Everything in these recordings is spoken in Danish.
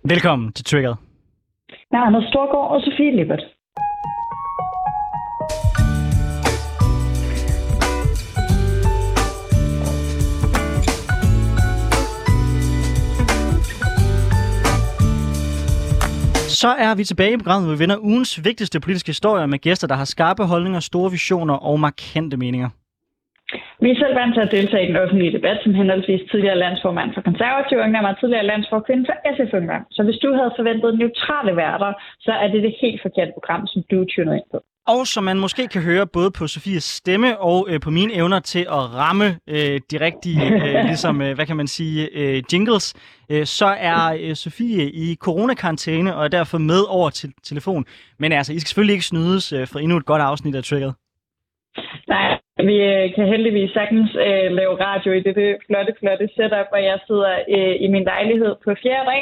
Velkommen til Triggered. Med Anders Storgård og Sofie Lippert. Så er vi tilbage i programmet, hvor vi vender ugens vigtigste politiske historier med gæster, der har skarpe holdninger, store visioner og markante meninger. Vi er selv vant til at deltage i den offentlige debat, som henholdsvis tidligere landsformand for Konservative Ungdom og tidligere landsforkvinde for SF Ungdom. Så hvis du havde forventet neutrale værter, så er det helt forkerte program, som du tuner ind på. Og som man måske kan høre både på Sofies stemme og på mine evner til at ramme de rigtige, ligesom, hvad kan man sige, jingles, så er Sofie i coronakarantæne og er derfor med over til telefon. Men altså, I skal selvfølgelig ikke snydes for endnu et godt afsnit af Triggered. Nej, vi kan heldigvis sagtens lave radio i det flotte setup, hvor jeg sidder i min lejlighed på 4. dag.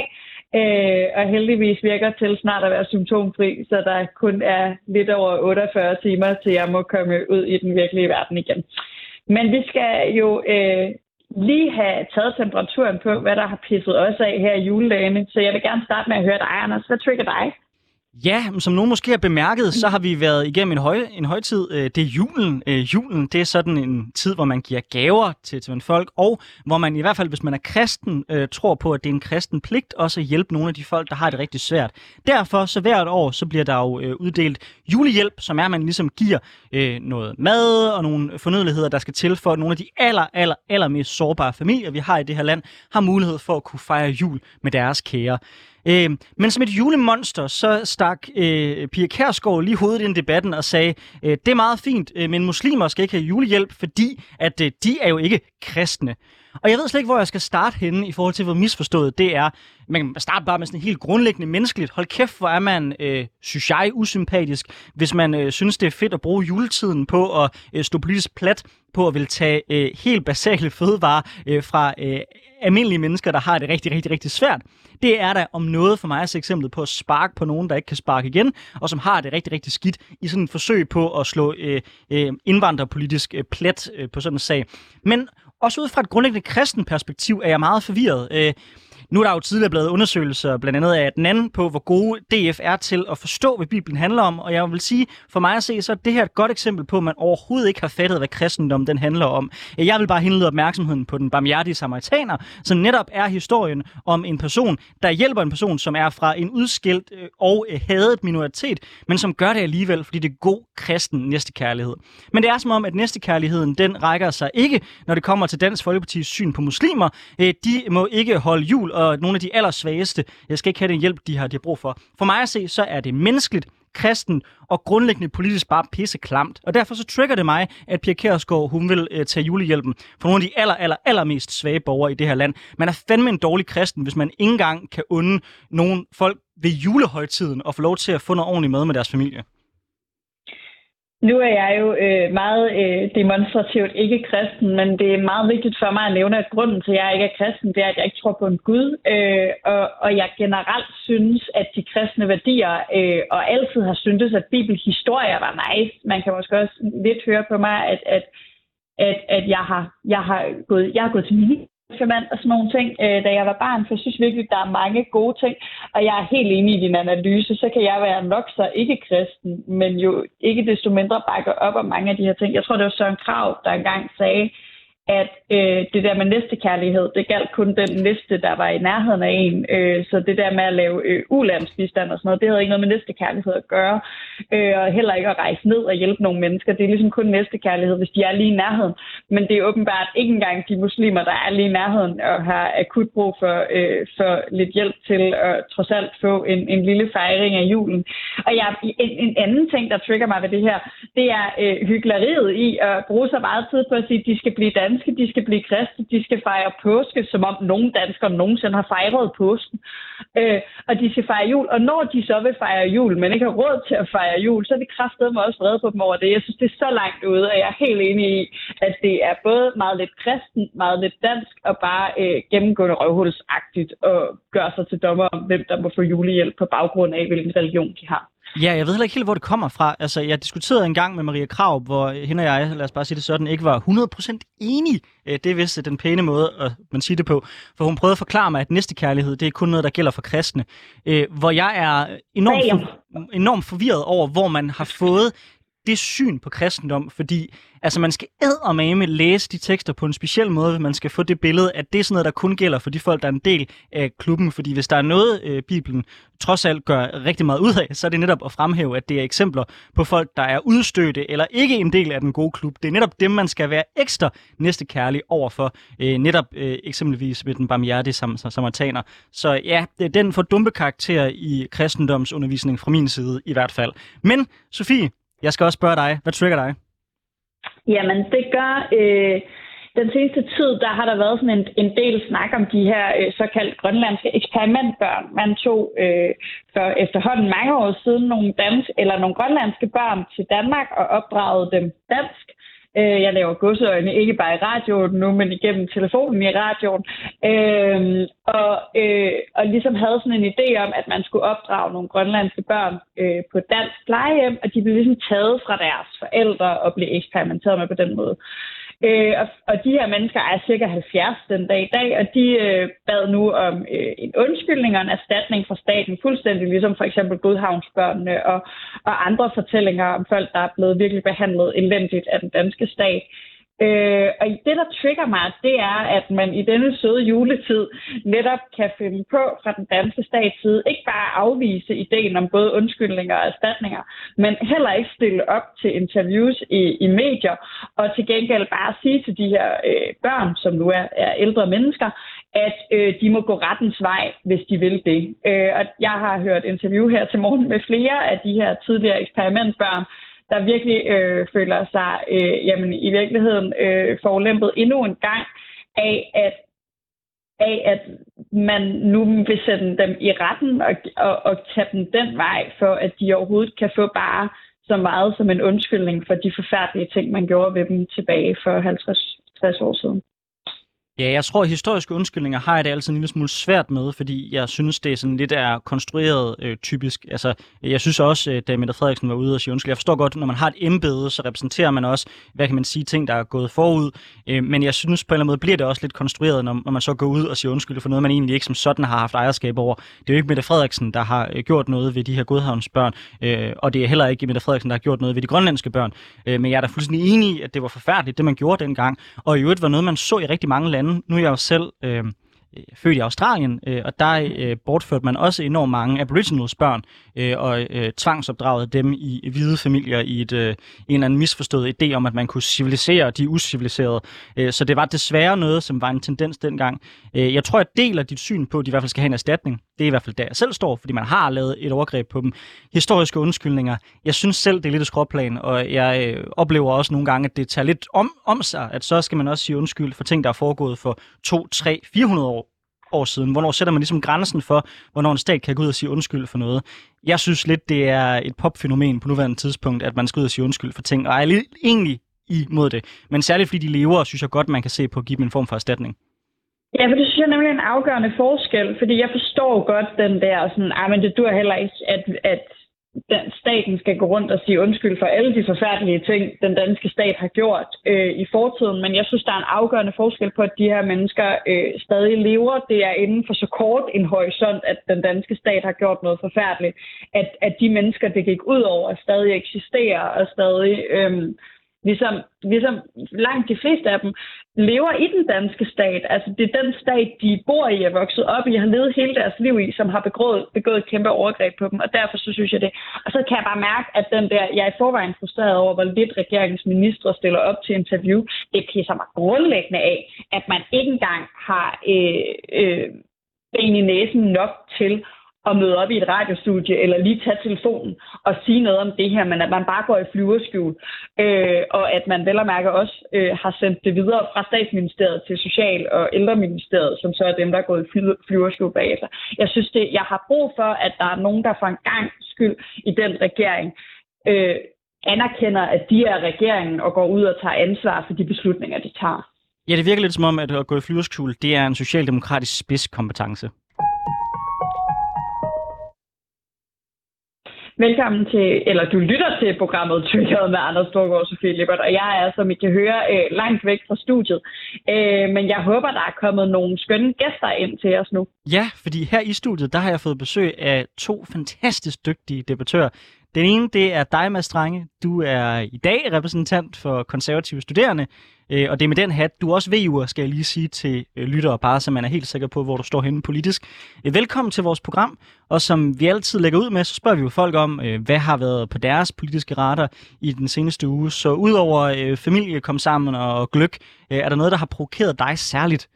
Og heldigvis virker til snart at være symptomfri, så der kun er lidt over 48 timer, til jeg må komme ud i den virkelige verden igen. Men vi skal jo lige have taget temperaturen på, hvad der har pisset os af her i juledagene. Så jeg vil gerne starte med at høre dig, Anders. Hvad trigger dig? Ja, som nogen måske har bemærket, så har vi været igennem en højtid. Det er julen. Julen, det er sådan en tid, hvor man giver gaver til folk, og hvor man i hvert fald, hvis man er kristen, tror på, at det er en kristen pligt også at hjælpe nogle af de folk, der har det rigtig svært. Derfor, så hvert år, så bliver der jo uddelt julehjælp, som er, at man ligesom giver noget mad og nogle fornødenheder, der skal til for, at nogle af de allermest sårbare familier, vi har i det her land, har mulighed for at kunne fejre jul med deres kære. Men som et julemonster, så stak Pia Kjærsgaard lige hovedet ind i debatten og sagde, det er meget fint, men muslimer skal ikke have julehjælp, fordi at de er jo ikke kristne. Og jeg ved slet ikke, hvor jeg skal starte henne i forhold til, hvor misforstået det er. Man kan starte bare med sådan helt grundlæggende menneskeligt. Hold kæft, hvor er man, synes jeg, usympatisk, hvis man synes, det er fedt at bruge juletiden på at stå politisk plat på at vil tage helt basale fødevarer fra almindelige mennesker, der har det rigtig svært. Det er der om noget for mig at se eksemplet på at sparke på nogen, der ikke kan sparke igen, og som har det rigtig skidt i sådan et forsøg på at slå indvandrerpolitisk plet på sådan en sag. Men også ud fra et grundlæggende kristen perspektiv er jeg meget forvirret. Nu er der jo tidligere blevet undersøgelser, blandt andet af den anden, på hvor gode DF er til at forstå, hvad Bibelen handler om. Og jeg vil sige, for mig at se, så er det her et godt eksempel på, at man overhovedet ikke har fattet, hvad kristendom den handler om. Jeg vil bare henlede opmærksomheden på den barmhjertige samaritaner, som netop er historien om en person, der hjælper en person, som er fra en udskilt og hadet minoritet, men som gør det alligevel, fordi det er god kristen næstekærlighed. Men det er som om, at næstekærligheden, den rækker sig ikke, når det kommer til Dansk Folkepartis syn på muslimer. De må ikke holde jul, og nogle af de allersvageste skal ikke have den hjælp, de har brug for. For mig at se, så er det menneskeligt, kristen og grundlæggende politisk bare pisseklamt. Og derfor så trigger det mig, at Pia Kjærsgaard, hun vil tage julehjælpen for nogle af de allermest svage borgere i det her land. Man er fandme en dårlig kristen, hvis man ikke engang kan unde nogle folk ved julehøjtiden og få lov til at få noget ordentligt mad med deres familie. Nu er jeg jo meget demonstrativt ikke kristen, men det er meget vigtigt for mig at nævne, at grunden til, at jeg ikke er kristen, det er, at jeg ikke tror på en Gud. Og jeg generelt synes, at de kristne værdier, og altid har syntes, at bibelhistorier var nice. Man kan måske også lidt høre på mig, at jeg har gået til min og sådan nogle ting, da jeg var barn, for jeg synes virkelig, der er mange gode ting, og jeg er helt enig i din analyse, så kan jeg være nok så ikke-kristen, men jo ikke desto mindre bakke op om mange af de her ting. Jeg tror, det var Søren Krag, der engang sagde, at det der med næstekærlighed, det galt kun den næste, der var i nærheden af en. Så det der med at lave ulandsbistand og sådan noget, det havde ikke noget med næstekærlighed at gøre. Og heller ikke at rejse ned og hjælpe nogle mennesker. Det er ligesom kun næstekærlighed, hvis de er lige i nærheden. Men det er åbenbart ikke engang de muslimer, der er lige i nærheden og har akut brug for lidt hjælp til at trods alt få en lille fejring af julen. Og en anden ting, der trigger mig ved det her, det er hykleriet i at bruge så meget tid på at sige, at de skal blive danske, de skal blive kristne, de skal fejre påske, som om nogen danskere nogensinde har fejret påsken. Og de skal fejre jul, og når de så vil fejre jul, men ikke har råd til at fejre jul, så er det kraftedeme også vrede på dem over det. Jeg synes, det er så langt ude, og jeg er helt enig i, at det er både meget lidt kristen, meget lidt dansk, og bare gennemgående røvhulsagtigt, og gøre sig til dommer om, hvem der må få julehjælp på baggrund af, hvilken religion de har. Ja, jeg ved heller ikke helt, hvor det kommer fra. Altså, jeg diskuterede en gang med Maria Krarup, hvor hende og jeg, lad os bare sige det sådan, ikke var 100% enige. Det er vist den pæne måde, at man siger det på. For hun prøvede at forklare mig, at næstekærlighed, det er kun noget, der gælder for kristne. Hvor jeg er enormt forvirret over, hvor man har fået det syn på kristendom, fordi altså man skal eddermame læse de tekster på en speciel måde, man skal få det billede, at det er sådan noget, der kun gælder for de folk, der er en del af klubben, fordi hvis der er noget, Bibelen trods alt gør rigtig meget ud af, så er det netop at fremhæve, at det er eksempler på folk, der er udstødte eller ikke en del af den gode klub. Det er netop dem, man skal være ekstra næstekærlig overfor, netop eksempelvis med den barmhjertige samaritaner. Så ja, det er den for dumpe karakter i kristendomsundervisning fra min side i hvert fald. Men Sofie, jeg skal også spørge dig. Hvad trigger dig? Jamen, det gør... Den seneste tid, der har der været sådan en del snak om de her såkaldt grønlandske eksperimentbørn. Man tog for efterhånden mange år siden nogle grønlandske børn til Danmark og opdragede dem dansk. Jeg laver godseøjne ikke bare i radioen nu, men igennem telefonen i radioen. Og ligesom havde sådan en idé om, at man skulle opdrage nogle grønlandske børn på dansk plejehjem, og de blev ligesom taget fra deres forældre og blev eksperimenteret med på den måde. Og de her mennesker er cirka 70 den dag i dag, og de bad nu om en undskyldning og en erstatning fra staten, fuldstændig ligesom for eksempel Godhavnsbørnene og andre fortællinger om folk, der er blevet virkelig behandlet elendigt af den danske stat. Og det, der trigger mig, det er, at man i denne søde juletid netop kan finde på fra den danske stats side, ikke bare afvise ideen om både undskyldninger og erstatninger, men heller ikke stille op til interviews i medier, og til gengæld bare sige til de her børn, som nu er ældre mennesker, at de må gå rettens vej, hvis de vil det. Og jeg har hørt interview her til morgen med flere af de her tidligere eksperimentbørn, der virkelig føler sig i virkeligheden forulempet endnu en gang af, at man nu vil sende dem i retten og tage dem den vej, for at de overhovedet kan få bare så meget som en undskyldning for de forfærdelige ting, man gjorde ved dem tilbage for 50-60 år siden. Ja, jeg tror, at historiske undskyldninger har jeg det altid en lille smule svært med, fordi jeg synes, det er sådan lidt er konstrueret typisk. Altså, jeg synes også, da Mette Frederiksen var ude og sige undskyld. Jeg forstår godt, når man har et embede, så repræsenterer man også, hvad kan man sige, ting, der er gået forud. Men jeg synes på en eller anden måde bliver det også lidt konstrueret, når man så går ud og siger undskyld for noget, man egentlig ikke som sådan har haft ejerskab over. Det er jo ikke Mette Frederiksen, der har gjort noget ved de her Godhavnsbørn, og det er heller ikke Mette Frederiksen, der har gjort noget ved de grønlandske børn. Men jeg er da fuldstændig enig i, at det var forfærdeligt, det man gjorde dengang, og i øvrigt var noget, man så i rigtig mange lande. Nu er jeg jo selv født i Australien, og der bortførte man også enormt mange Aboriginals børn og tvangsopdragede dem i hvide familier i en eller anden misforstået idé om, at man kunne civilisere de usciviliserede. Så det var desværre noget, som var en tendens dengang. Jeg tror, jeg deler dit syn på, at de i hvert fald skal have en erstatning. Det er i hvert fald der jeg selv står, fordi man har lavet et overgreb på dem. Historiske undskyldninger. Jeg synes selv, det er lidt et skråplan, og jeg oplever også nogle gange, at det tager lidt om sig, at så skal man også sige undskyld for ting, der er foregået for 200, 300, 400 år siden. Hvornår sætter man ligesom grænsen for, hvornår en stat kan gå ud og sige undskyld for noget? Jeg synes lidt, det er et popfænomen på nuværende tidspunkt, at man skal ud og sige undskyld for ting, og jeg er lidt egentlig imod det. Men særligt fordi de lever, synes jeg godt, man kan se på at give dem en form for erstatning. Ja, for det synes jeg nemlig er en afgørende forskel, fordi jeg forstår godt den der sådan, men det dur heller ikke, at staten skal gå rundt og sige undskyld for alle de forfærdelige ting, den danske stat har gjort i fortiden, men jeg synes, der er en afgørende forskel på, at de her mennesker stadig lever. Det er inden for så kort en horisont, at den danske stat har gjort noget forfærdeligt, at de mennesker, det gik ud over, stadig eksisterer og stadig... Ligesom langt de fleste af dem lever i den danske stat. Altså det er den stat, de bor i og er vokset op i, har levet hele deres liv i, som har begået et kæmpe overgreb på dem. Og derfor så synes jeg det. Og så kan jeg bare mærke, at jeg er i forvejen frustreret over, hvor lidt regeringsministre stiller op til interview. Det pisser mig grundlæggende af, at man ikke engang har ben i næsen nok til at møde op i et radiostudie, eller lige tage telefonen og sige noget om det her, men at man bare går i flyverskjul, og at man vel og mærke også har sendt det videre fra Statsministeriet til Social- og Ældreministeriet, som så er dem, der er gået i flyverskjul bagefter. Jeg synes, jeg har brug for, at der er nogen, der for en gang skyld i den regering anerkender, at de er regeringen og går ud og tager ansvar for de beslutninger, de tager. Ja, det virker lidt som om, at gå i flyverskjul, det er en socialdemokratisk spidskompetence. Velkommen til, eller du lytter til programmet Triggeret med Anders Storgård og Sofie Lippert, og jeg er, som I kan høre, langt væk fra studiet. Men jeg håber, der er kommet nogle skønne gæster ind til os nu. Ja, fordi her i studiet, der har jeg fået besøg af 2 fantastisk dygtige debattører. Den ene, det er dig, Mads Strange. Du er i dag repræsentant for konservative studerende, og det er med den hat, du også VU'er, skal jeg lige sige til lyttere, bare så man er helt sikker på, hvor du står henne politisk. Velkommen til vores program, og som vi altid lægger ud med, så spørger vi jo folk om, hvad har været på deres politiske radar i den seneste uge. Så udover familie kom sammen og gløk, er der noget, der har provokeret dig særligt?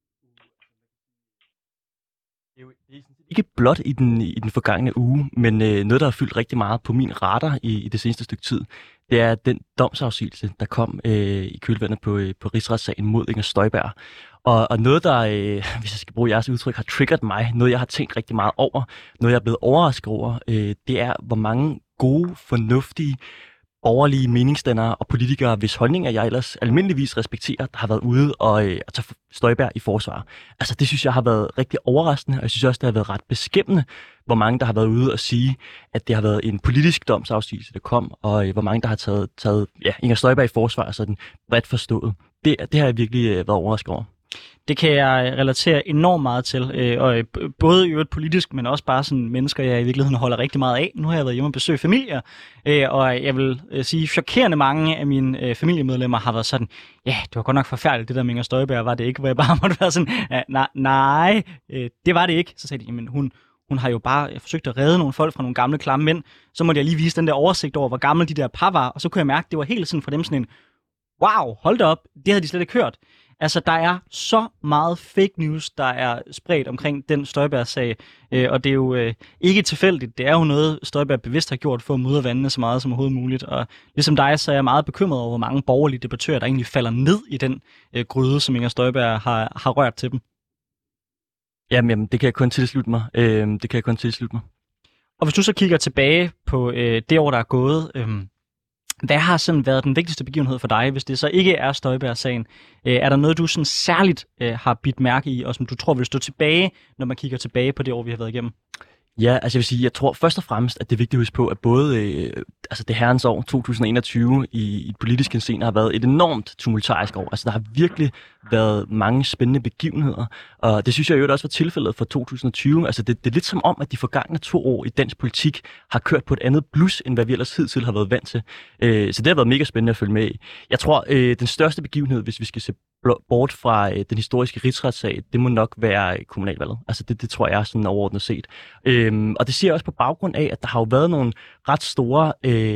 Ikke blot i den forgangne uge, men noget, der har fyldt rigtig meget på min radar i det seneste stykke tid, det er den domsafsigelse, der kom i kølvandet på rigsretssagen mod Inger Støjberg. Og noget, der, hvis jeg skal bruge jeres udtryk, har triggeret mig, noget jeg har tænkt rigtig meget over, noget jeg er blevet overrasket over, det er, hvor mange gode, fornuftige, borgerlige meningsdannere og politikere, hvis holdninger jeg ellers almindeligvis respekterer, der har været ude og tage Støjberg i forsvar. Altså det synes jeg har været rigtig overraskende, og jeg synes også, det har været ret beskæmmende, hvor mange der har været ude og sige, at det har været en politisk domsafsigelse, der kom, og hvor mange der har taget Inger Støjberg i forsvar, sådan bredt forstået. Det har jeg virkelig været overrasket over. Det kan jeg relatere enormt meget til, og både i øvrigt politisk, men også bare sådan mennesker, jeg i virkeligheden holder rigtig meget af. Nu har jeg været hjemme og besøgt familier, og jeg vil sige, chokerende mange af mine familiemedlemmer har været sådan, ja, det var godt nok forfærdeligt, det der med Inger Støjberg, var det ikke? Hvor jeg bare måtte være sådan, nej, det var det ikke. Så sagde de, jamen hun har jo bare forsøgt at redde nogle folk fra nogle gamle klamme mænd. Så måtte jeg lige vise den der oversigt over, hvor gamle de der par var, og så kunne jeg mærke, at det var helt sådan for dem sådan en, wow, hold da op, det havde de slet ikke hørt. Altså, der er så meget fake news, der er spredt omkring den Støjberg-sag, og det er jo ikke tilfældigt. Det er jo noget, Støjberg bevidst har gjort for at mudre vandene så meget som overhovedet muligt. Og ligesom dig, så er jeg meget bekymret over, hvor mange borgerlige debattører, der egentlig falder ned i den gryde, som Inger Støjberg har rørt til dem. Jamen, det kan jeg kun tilslutte mig. Og hvis du så kigger tilbage på det år, der er gået, hvad har sådan været den vigtigste begivenhed for dig, hvis det så ikke er Støjberg-sagen? Er der noget, du sådan særligt har bidt mærke i, og som du tror vil stå tilbage, når man kigger tilbage på det år, vi har været igennem? Ja, altså jeg vil sige, jeg tror først og fremmest, at det er vigtigt at huske på, at både det herrens år 2021 i politisk henseende har været et enormt tumultarisk år. Altså der har virkelig været mange spændende begivenheder, og det synes jeg jo også var tilfældet for 2020. Altså det er lidt som om, at de forgangne 2 år i dansk politik har kørt på et andet blus, end hvad vi ellers hidtil har været vant til. Så det har været mega spændende at følge med i. Jeg tror, den største begivenhed, hvis vi skal se bort fra den historiske rigsretssag, det må nok være kommunalvalget. Altså det tror jeg er sådan overordnet set. Og det siger jeg også på baggrund af, at der har jo været nogle ret store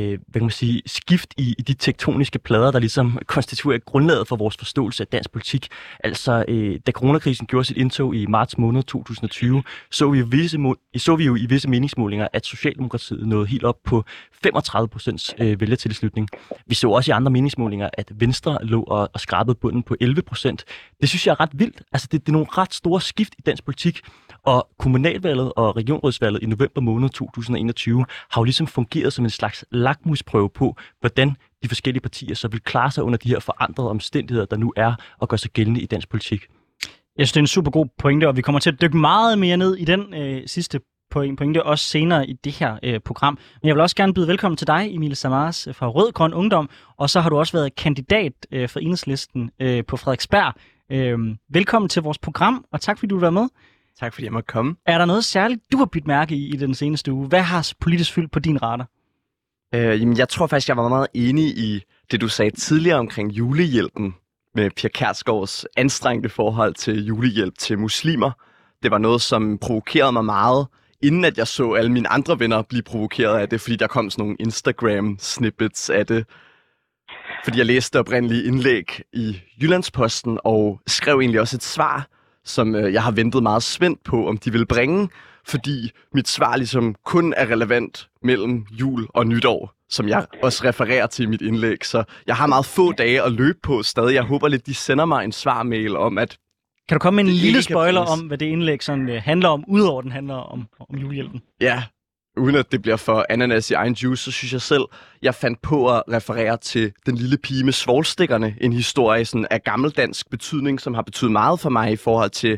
skift i de tektoniske plader, der ligesom konstituerer grundlaget for vores forståelse af dansk politik. Altså, da coronakrisen gjorde sit indtog i marts måned 2020, så vi jo i visse meningsmålinger, at Socialdemokratiet nåede helt op på 35% vælgertilslutning. Vi så også i andre meningsmålinger, at Venstre lå og skrabede bunden på 11%. Det synes jeg er ret vildt. Altså, det er nogle ret store skift i dansk politik, og kommunalvalget og regionsrådsvalget i november måned 2021 har jo ligesom fungeret som en slags lakmusprøve på, hvordan de forskellige partier så vil klare sig under de her forandrede omstændigheder, der nu er og gør sig gældende i dansk politik. Jeg synes, det er en super god pointe, og vi kommer til at dykke meget mere ned i den sidste pointe også senere i det her program. Men jeg vil også gerne byde velkommen til dig, Emilie Samaras fra Rød Grøn Ungdom, og så har du også været kandidat for Enhedslisten på Frederiksberg. Velkommen til vores program, og tak fordi du vil være med. Tak fordi jeg måtte komme. Er der noget særligt, du har bidt mærke i den seneste uge? Hvad har politisk fyldt på din radar? Jamen, jeg tror faktisk, jeg var meget enig i det, du sagde tidligere omkring julehjælpen med Pia Kjærsgaards anstrengte forhold til julehjælp til muslimer. Det var noget, som provokerede mig meget, inden at jeg så alle mine andre venner blive provokeret af det, fordi der kom sådan nogle Instagram-snippets af det. Fordi jeg læste oprindelige indlæg i Jyllandsposten og skrev egentlig også et svar, som jeg har ventet meget spændt på, om de vil bringe, fordi mit svar ligesom kun er relevant mellem jul og nytår, som jeg også refererer til i mit indlæg. Så jeg har meget få dage at løbe på stadig. Jeg håber lidt, de sender mig en svarmail om, at... Kan du komme med en lille spoiler om, hvad det indlæg sådan, handler om, udover den handler om julehjælpen? Ja, uden at det bliver for ananas i egen juice, så synes jeg selv, jeg fandt på at referere til Den lille pige med svovlstikkerne. En historie sådan af gammeldansk betydning, som har betydet meget for mig i forhold til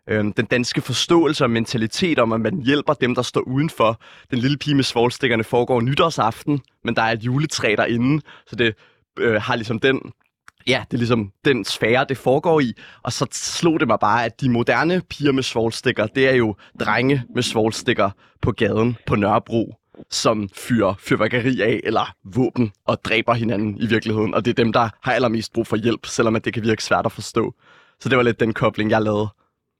den danske forståelse og mentalitet om, at man hjælper dem, der står udenfor. Den lille pige med svovlstikkerne foregår nytårsaften, men der er et juletræ derinde, så det har ligesom den... Ja, det er ligesom den sfære, det foregår i. Og så slog det mig bare, at de moderne piger med svovlstikker, det er jo drenge med svovlstikker på gaden på Nørrebro, som fyrer fyrværkeri af eller våben og dræber hinanden i virkeligheden. Og det er dem, der har allermest brug for hjælp, selvom at det kan virke svært at forstå. Så det var lidt den kobling, jeg lavede.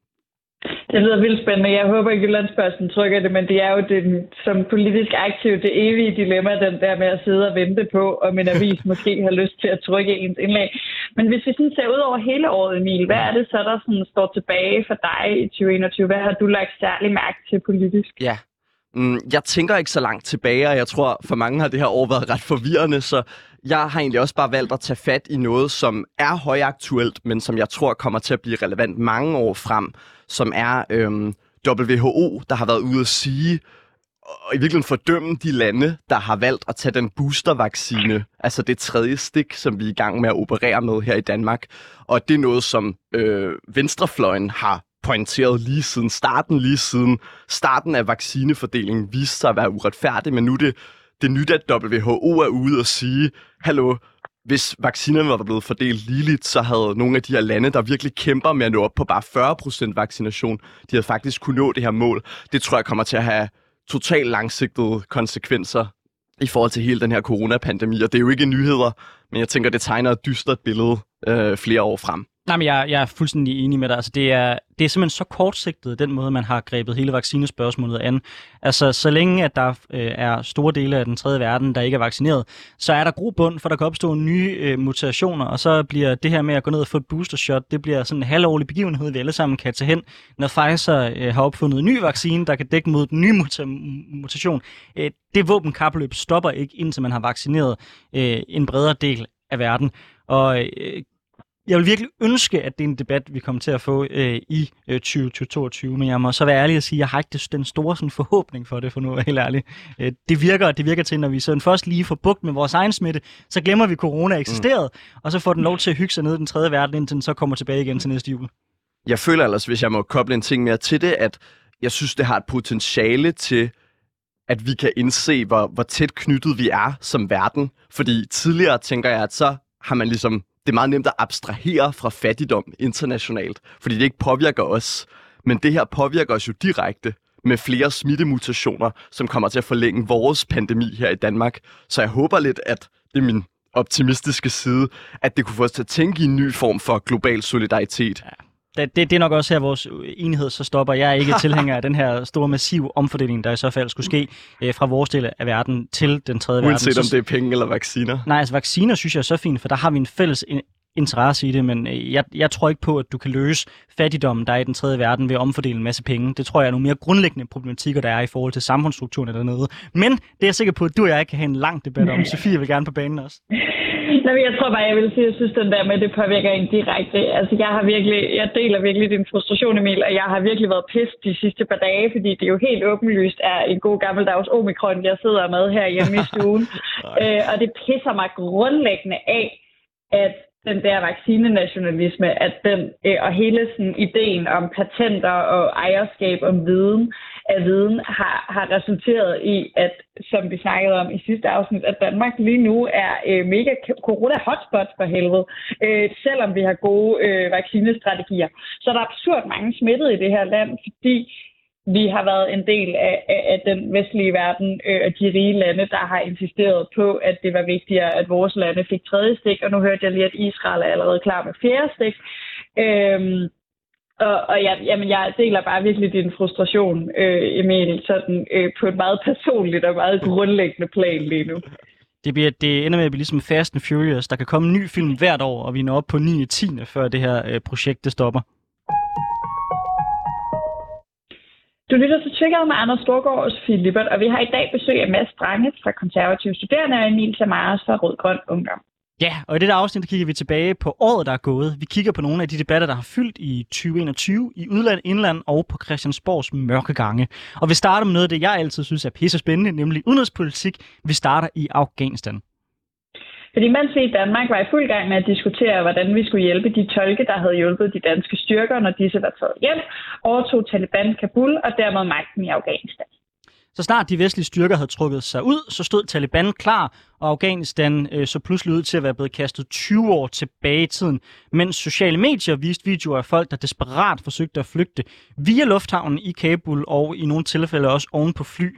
Det lyder vildt spændende. Jeg håber, at Jyllandsposten trykker det, men det er jo som politisk aktiv det evige dilemma, den der med at sidde og vente på, om en avis måske har lyst til at trykke ens indlæg. Men hvis vi sådan ser ud over hele året, Emil, hvad er det så, der sådan står tilbage for dig i 2021? Hvad har du lagt særlig mærke til politisk? Ja, jeg tænker ikke så langt tilbage, og jeg tror, for mange har det her år været ret forvirrende, så jeg har egentlig også bare valgt at tage fat i noget, som er højaktuelt, men som jeg tror kommer til at blive relevant mange år frem, som er WHO, der har været ude at sige, og i virkeligheden fordømme de lande, der har valgt at tage den boostervaccine, altså det 3. stik, som vi er i gang med at operere med her i Danmark. Og det er noget, som venstrefløjen har pointeret lige siden starten af vaccinefordelingen viste sig at være uretfærdig, men nu er det nyt, at WHO er ude og sige, hallo, hvis vaccinerne var blevet fordelt ligeligt, så havde nogle af de her lande, der virkelig kæmper med at nå op på bare 40% vaccination, de havde faktisk kunne nå det her mål. Det tror jeg kommer til at have totalt langsigtede konsekvenser i forhold til hele den her coronapandemi. Og det er jo ikke nyheder, men jeg tænker, det tegner et dystert billede flere år frem. Nej, men jeg er fuldstændig enig med dig. Altså, det er simpelthen så kortsigtet, den måde, man har grebet hele vaccinespørgsmålet an. Altså, så længe at der er store dele af den tredje verden, der ikke er vaccineret, så er der grobund for, der kan opstå nye mutationer, og så bliver det her med at gå ned og få et boostershot, det bliver sådan en halvårlig begivenhed, vi alle sammen kan tage hen, når Pfizer har opfundet en ny vaccine, der kan dække mod den nye mutation. Det våbenkapløb stopper ikke, indtil man har vaccineret en bredere del af verden. Og jeg vil virkelig ønske, at det er en debat, vi kommer til at få i 2022, men jeg må så være ærlig at sige, at jeg har ikke den store sådan, forhåbning for det, for nu at være helt ærlig. Det virker til, når vi sådan først lige får bugt med vores egen smitte, så glemmer vi, at corona eksisterede, og så får den lov til at hygge sig ned i den tredje verden, indtil den så kommer tilbage igen til næste jul. Jeg føler ellers, hvis jeg må koble en ting mere til det, at jeg synes, det har et potentiale til, at vi kan indse, hvor tæt knyttet vi er som verden. Fordi tidligere tænker jeg, at så har man ligesom... Det er meget nemt at abstrahere fra fattigdom internationalt, fordi det ikke påvirker os. Men det her påvirker os jo direkte med flere smittemutationer, som kommer til at forlænge vores pandemi her i Danmark. Så jeg håber lidt, at det er min optimistiske side, at det kunne få os til at tænke i en ny form for global solidaritet. Ja. Det er nok også her, vores enighed så stopper. Jeg er ikke tilhænger af den her store, massive omfordeling, der i så fald skulle ske fra vores del af verden til den tredje verden. Uanset om det er penge eller vacciner? Nej, altså vacciner synes jeg er så fint, for der har vi en fælles interesse i det, men jeg tror ikke på, at du kan løse fattigdommen, der er i den tredje verden ved at omfordele en masse penge. Det tror jeg er nogle mere grundlæggende problematikker, der er i forhold til samfundsstrukturen dernede. Men det er jeg sikker på, at du og jeg kan have en lang debat om. Sofie vil gerne på banen også. Nej, jeg tror bare, jeg vil sige, at jeg synes, den der med, det påvirker en direkte. Altså, jeg deler virkelig din frustration, Emil, og jeg har virkelig været pissed de sidste par dage, fordi det jo helt åbenlyst er en god gammeldags omikron, jeg sidder med her hjemme i stuen. Og det pisser mig grundlæggende af, at den der vaccinenationalisme, at den, og hele sådan, ideen om patenter og ejerskab om viden har resulteret i, at, som vi snakkede om i sidste afsnit, at Danmark lige nu er mega corona-hotspot for helvede, selvom vi har gode vaccinestrategier. Så der er absurd mange smittede i det her land, fordi vi har været en del af den vestlige verden og de rige lande, der har insisteret på, at det var vigtigere, at vores lande fik 3. stik, og nu hørte jeg lige, at Israel er allerede klar med 4. stik. Jeg deler bare virkelig din frustration, Emil, sådan, på et meget personligt og meget grundlæggende plan lige nu. Det ender med at blive ligesom Fast and Furious. Der kan komme en ny film hvert år, og vi når op på 9.10. før det her projekt det stopper. Du lytter til Triggeret med Anders Storgård og Sofie Lippert, og vi har i dag besøg af Mads Strange fra Konservative Studerende og Emil Samaras fra Rød Grøn Ungdom. Ja, og i dette afsnit kigger vi tilbage på året, der er gået. Vi kigger på nogle af de debatter, der har fyldt i 2021 i udland, indland og på Christiansborgs mørke gange. Og vi starter med noget af det, jeg altid synes er pisse spændende, nemlig udenrigspolitik. Vi starter i Afghanistan. Fordi mens vi i Danmark var i fuld gang med at diskutere, hvordan vi skulle hjælpe de tolke, der havde hjulpet de danske styrker, når disse var taget hjem, overtog Taliban Kabul og dermed magten i Afghanistan. Så snart de vestlige styrker havde trukket sig ud, så stod Taliban klar, og Afghanistan så pludselig ud til at være blevet kastet 20 år tilbage i tiden, mens sociale medier viste videoer af folk, der desperat forsøgte at flygte via lufthavnen i Kabul og i nogle tilfælde også oven på fly.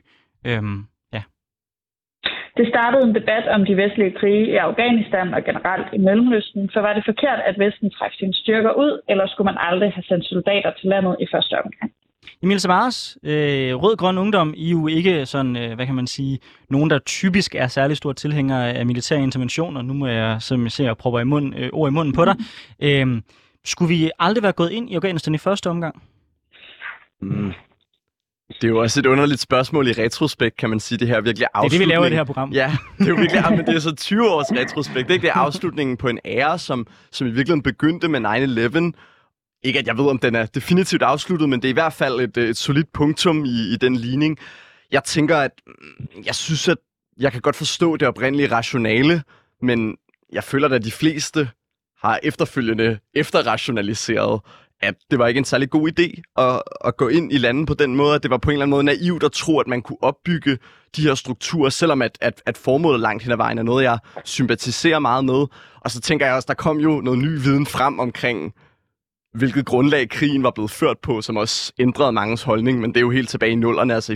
Det startede en debat om de vestlige krige i Afghanistan og generelt i Mellemøsten, for var det forkert, at Vesten trak sine styrker ud, eller skulle man aldrig have sendt soldater til landet i første omgang? Emil Samaras, Rød Grøn Ungdom, I er jo ikke sådan, hvad kan man sige, nogen, der typisk er særlig store tilhængere af militære interventioner. Nu må jeg, som jeg ser, proppe ord i munden på dig. Skulle vi aldrig være gået ind i Afghanistan i første omgang? Det er jo også et underligt spørgsmål i retrospekt, kan man sige, det her virkelig afslutning. Det er det, vi laver i det her program. Ja, det er jo virkelig, men det er så 20 års retrospekt. Det er afslutningen på en ære, som i virkeligheden begyndte med 9/11. Ikke at jeg ved, om den er definitivt afsluttet, men det er i hvert fald et solidt punktum i den ligning. Jeg tænker, at jeg synes, at jeg kan godt forstå det oprindelige rationale, men jeg føler, at de fleste har efterfølgende efterrationaliseret, at det var ikke en særlig god idé at gå ind i landet på den måde, at det var på en eller anden måde naivt at tro, at man kunne opbygge de her strukturer, selvom at formålet langt hen ad vejen er noget, jeg sympatiserer meget med. Og så tænker jeg også, der kom jo noget ny viden frem omkring, hvilket grundlag krigen var blevet ført på, som også ændrede mangens holdning, men det er jo helt tilbage i nullerne, altså i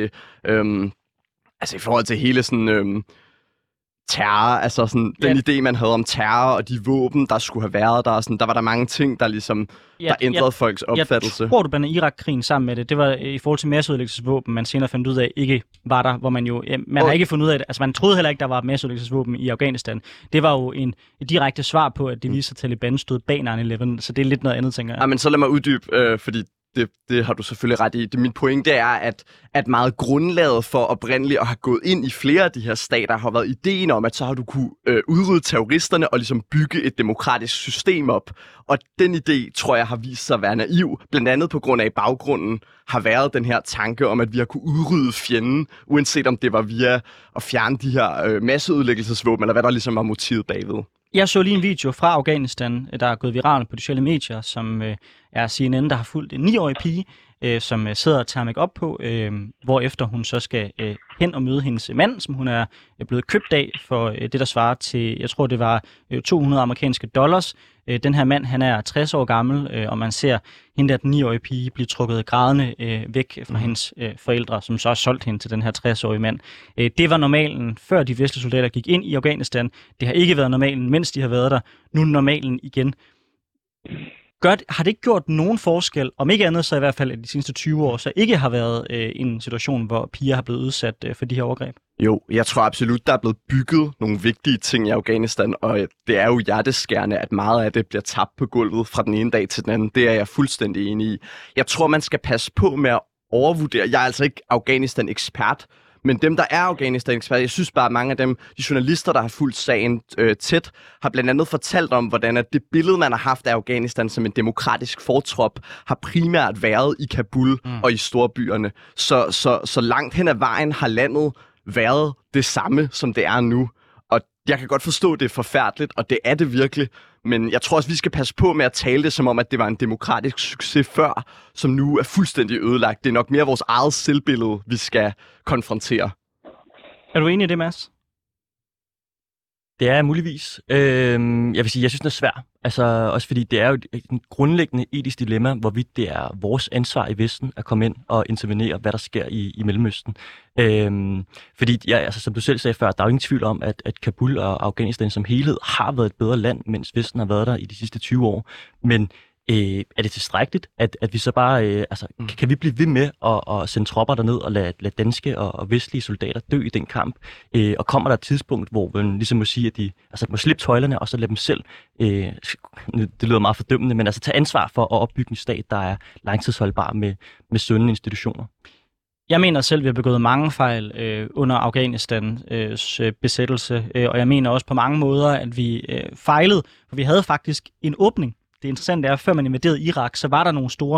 forhold til hele sådan terror, altså sådan den idé, man havde om terror og de våben, der skulle have været der, sådan, der var der mange ting, der ligesom der ændrede folks opfattelse. Jeg tror, du blander Irak-krigen sammen med det. Det var i forhold til masseødelæggelsesvåben, man senere fandt ud af, ikke var der, hvor man jo, har ikke fundet ud af det. Altså man troede heller ikke, der var masseødelæggelsesvåben i Afghanistan. Det var jo et direkte svar på, at det viste, at Taliban stod bag 9/11, så det er lidt noget andet, tænker jeg. Ja, men så lad mig uddybe, fordi det har du selvfølgelig ret i. Min pointe er, at meget grundlaget for oprindeligt at have gået ind i flere af de her stater har været ideen om, at så har du kunne udrydde terroristerne og ligesom bygge et demokratisk system op. Og den idé, tror jeg, har vist sig at være naiv, blandt andet på grund af, at baggrunden har været den her tanke om, at vi har kunne udrydde fjenden, uanset om det var via at fjerne de her masseødelæggelsesvåben, eller hvad der ligesom var motivet bagved. Jeg så lige en video fra Afghanistan, der er gået viral på de sociale medier, som er CNN, der har fulgt en 9-årig pige, som sidder og tager make-up på, hvorefter hun så skal hen og møde hendes mand, som hun er blevet købt af for det, der svarer til, jeg tror det var $200 amerikanske. Den her mand, han er 60 år gammel, og man ser hende der, den 9-årige pige, blive trukket grædende væk fra hendes forældre, som så har solgt hende til den her 60-årige mand. Det var normalen, før de vestlige soldater gik ind i Afghanistan. Det har ikke været normalen, mens de har været der. Nu er normalen igen. Har det ikke gjort nogen forskel, om ikke andet så i hvert fald de seneste 20 år, så ikke har været en situation, hvor piger har blevet udsat for de her overgreb? Jo, jeg tror absolut, der er blevet bygget nogle vigtige ting i Afghanistan, og det er jo hjerteskærende, at meget af det bliver tabt på gulvet fra den ene dag til den anden. Det er jeg fuldstændig enig i. Jeg tror, man skal passe på med at overvurdere. Jeg er altså ikke Afghanistan-ekspert, men dem, der er Afghanistan-eksperter, jeg synes bare, at mange af dem, de journalister, der har fulgt sagen tæt, har blandt andet fortalt om, hvordan at det billede, man har haft af Afghanistan som en demokratisk fortrop, har primært været i Kabul og i storbyerne. Så langt hen ad vejen har landet været det samme, som det er nu. Og jeg kan godt forstå, at det er forfærdeligt, og det er det virkelig. Men jeg tror også, vi skal passe på med at tale det som om, at det var en demokratisk succes før, som nu er fuldstændig ødelagt. Det er nok mere vores eget selvbillede, vi skal konfrontere. Er du enig i det, Mads? Det er muligvis. Jeg vil sige, jeg synes, det er svært. Altså, også fordi det er jo et grundlæggende etisk dilemma, hvorvidt det er vores ansvar i Vesten at komme ind og intervenere, hvad der sker i Mellemøsten. Fordi, som du selv sagde før, der er jo ingen tvivl om, at Kabul og Afghanistan som helhed har været et bedre land, mens Vesten har været der i de sidste 20 år. Men er det tilstrækkeligt, at vi så bare... kan vi blive ved med at sende tropper derned og lade danske og vestlige soldater dø i den kamp? Og kommer der et tidspunkt, hvor man ligesom må sige, at de må slippe tøjlerne og så lade dem selv... det lyder meget fordømmende, men altså tage ansvar for at opbygge en stat, der er langtidsholdbar med sunde institutioner. Jeg mener selv, at vi har begået mange fejl under Afghanistans besættelse, og jeg mener også på mange måder, at vi fejlede, for vi havde faktisk en åbning. Det interessante er, at før man invaderede Irak, så var der nogle store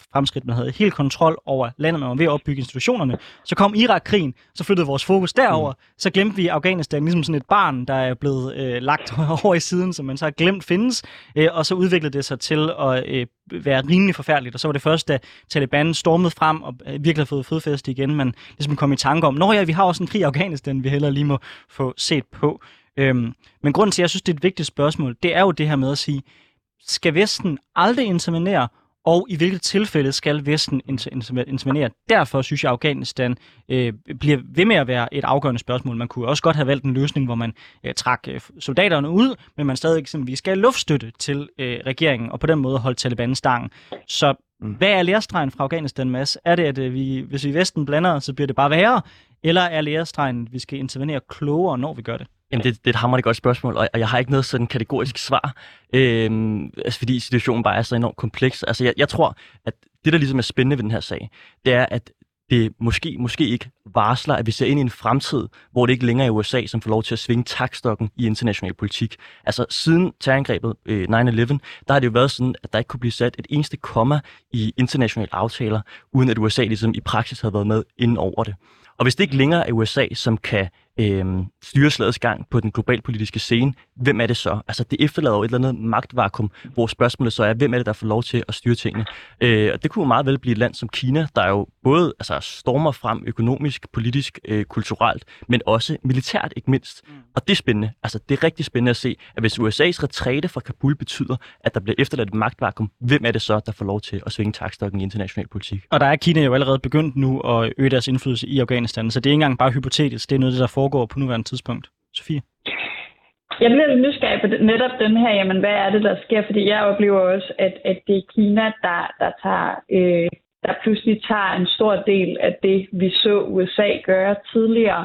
fremskridt. Man havde helt kontrol over landet, man var ved at opbygge institutionerne. Så kom Irak-krigen, så flyttede vores fokus derover. Så glemte vi Afghanistan ligesom sådan et barn, der er blevet lagt over i siden, som man så har glemt findes. Og så udviklede det sig til at være rimelig forfærdeligt. Og så var det først, da Taliban stormede frem og virkelig har fået fodfæste igen, man ligesom kom i tanke om, vi har også en krig i Afghanistan, vi heller lige må få set på. Men grunden til, at jeg synes, det er et vigtigt spørgsmål, det er jo det her med at sige, skal Vesten aldrig intervenere, og i hvilket tilfælde skal Vesten intervenere? Derfor synes jeg, at Afghanistan bliver ved med at være et afgørende spørgsmål. Man kunne også godt have valgt en løsning, hvor man trak soldaterne ud, men man stadig eksempelvis skal luftstøtte til regeringen, og på den måde holde Taliban stangen. Så hvad er lærestregen fra Afghanistan, Mads? Er det, at hvis vi i Vesten blander, så bliver det bare værre? Eller er lærestregen, at vi skal intervenere klogere, når vi gør det? Jamen, det er et hammerende godt spørgsmål, og jeg har ikke noget sådan kategorisk svar, fordi situationen bare er så enormt kompleks. Altså, jeg tror, at det, der ligesom er spændende ved den her sag, det er, at det måske ikke varsler, at vi ser ind i en fremtid, hvor det ikke længere er USA, som får lov til at svinge taktstokken i international politik. Altså, siden terrorangrebet 9/11, der har det jo været sådan, at der ikke kunne blive sat et eneste komma i internationale aftaler, uden at USA ligesom i praksis havde været med inden over det. Og hvis det ikke længere er USA, som kan styre slagets gang på den globalpolitiske scene, hvem er det så? Altså, det efterlader jo et eller andet magtvakuum, hvor spørgsmålet så er, hvem er det, der får lov til at styre tingene? Og det kunne jo meget vel blive et land som Kina, der jo både stormer frem økonomisk, politisk, kulturelt, men også militært, ikke mindst. Og det er spændende. Altså, det er rigtig spændende at se, at hvis USA's retræte fra Kabul betyder, at der bliver efterladt et magtvakuum, hvem er det så, der får lov til at svinge taktstokken i international politik? Og der er Kina jo allerede begyndt nu at øge deres indflydelse i Afghanistan, så det er ikke engang bare hypotetisk, det er noget, der foregår på nuværende tidspunkt. Sofie? Jeg bliver lidt nysgerrig på netop den her, jamen hvad er det, der sker? Fordi jeg oplever også, at det er Kina, der pludselig tager en stor del af det, vi så USA gøre tidligere.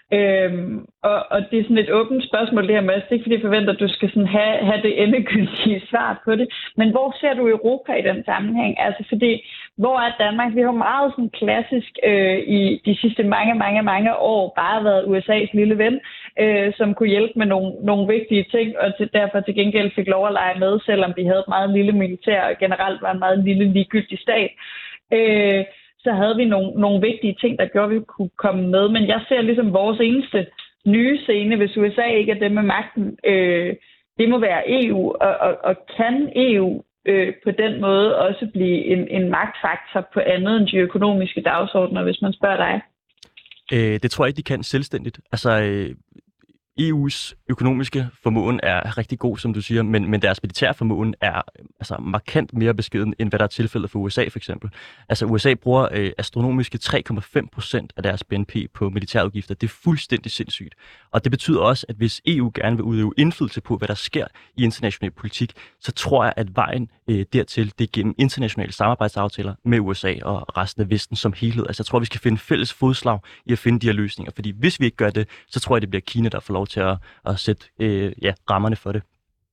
Og det er sådan et åbent spørgsmål, det her med, det er ikke fordi jeg forventer, at du skal sådan have det endegyldige svar på det, men hvor ser du Europa i den sammenhæng? Altså fordi, hvor er Danmark? Vi har meget sådan klassisk i de sidste mange år bare været USA's lille ven, som kunne hjælpe med nogle vigtige ting, og derfor til gengæld fik lov at lege med, selvom vi havde et meget lille militær, og generelt var en meget lille ligegyldig stat. Så havde vi nogle vigtige ting, der gjorde, at vi kunne komme med. Men jeg ser ligesom vores eneste nye scene, hvis USA ikke er dem med magten, det må være EU. Og kan EU på den måde også blive en magtfaktor på andet end de økonomiske dagsordner, hvis man spørger dig? Det tror jeg ikke, de kan selvstændigt. Altså, EU's økonomiske formåen er rigtig god, som du siger, men deres militære formåen er markant mere beskeden, end hvad der er tilfældet for USA for eksempel. Altså USA bruger astronomiske 3,5% af deres BNP på militærudgifter. Det er fuldstændig sindssygt. Og det betyder også, at hvis EU gerne vil udøve indflydelse på, hvad der sker i international politik, så tror jeg, at vejen dertil, det er gennem internationale samarbejdsaftaler med USA og resten af Vesten som helhed. Altså jeg tror, vi skal finde fælles fodslag i at finde de her løsninger, fordi hvis vi ikke gør det, så tror jeg, det bliver Kina, der får lov til at sætte rammerne for det.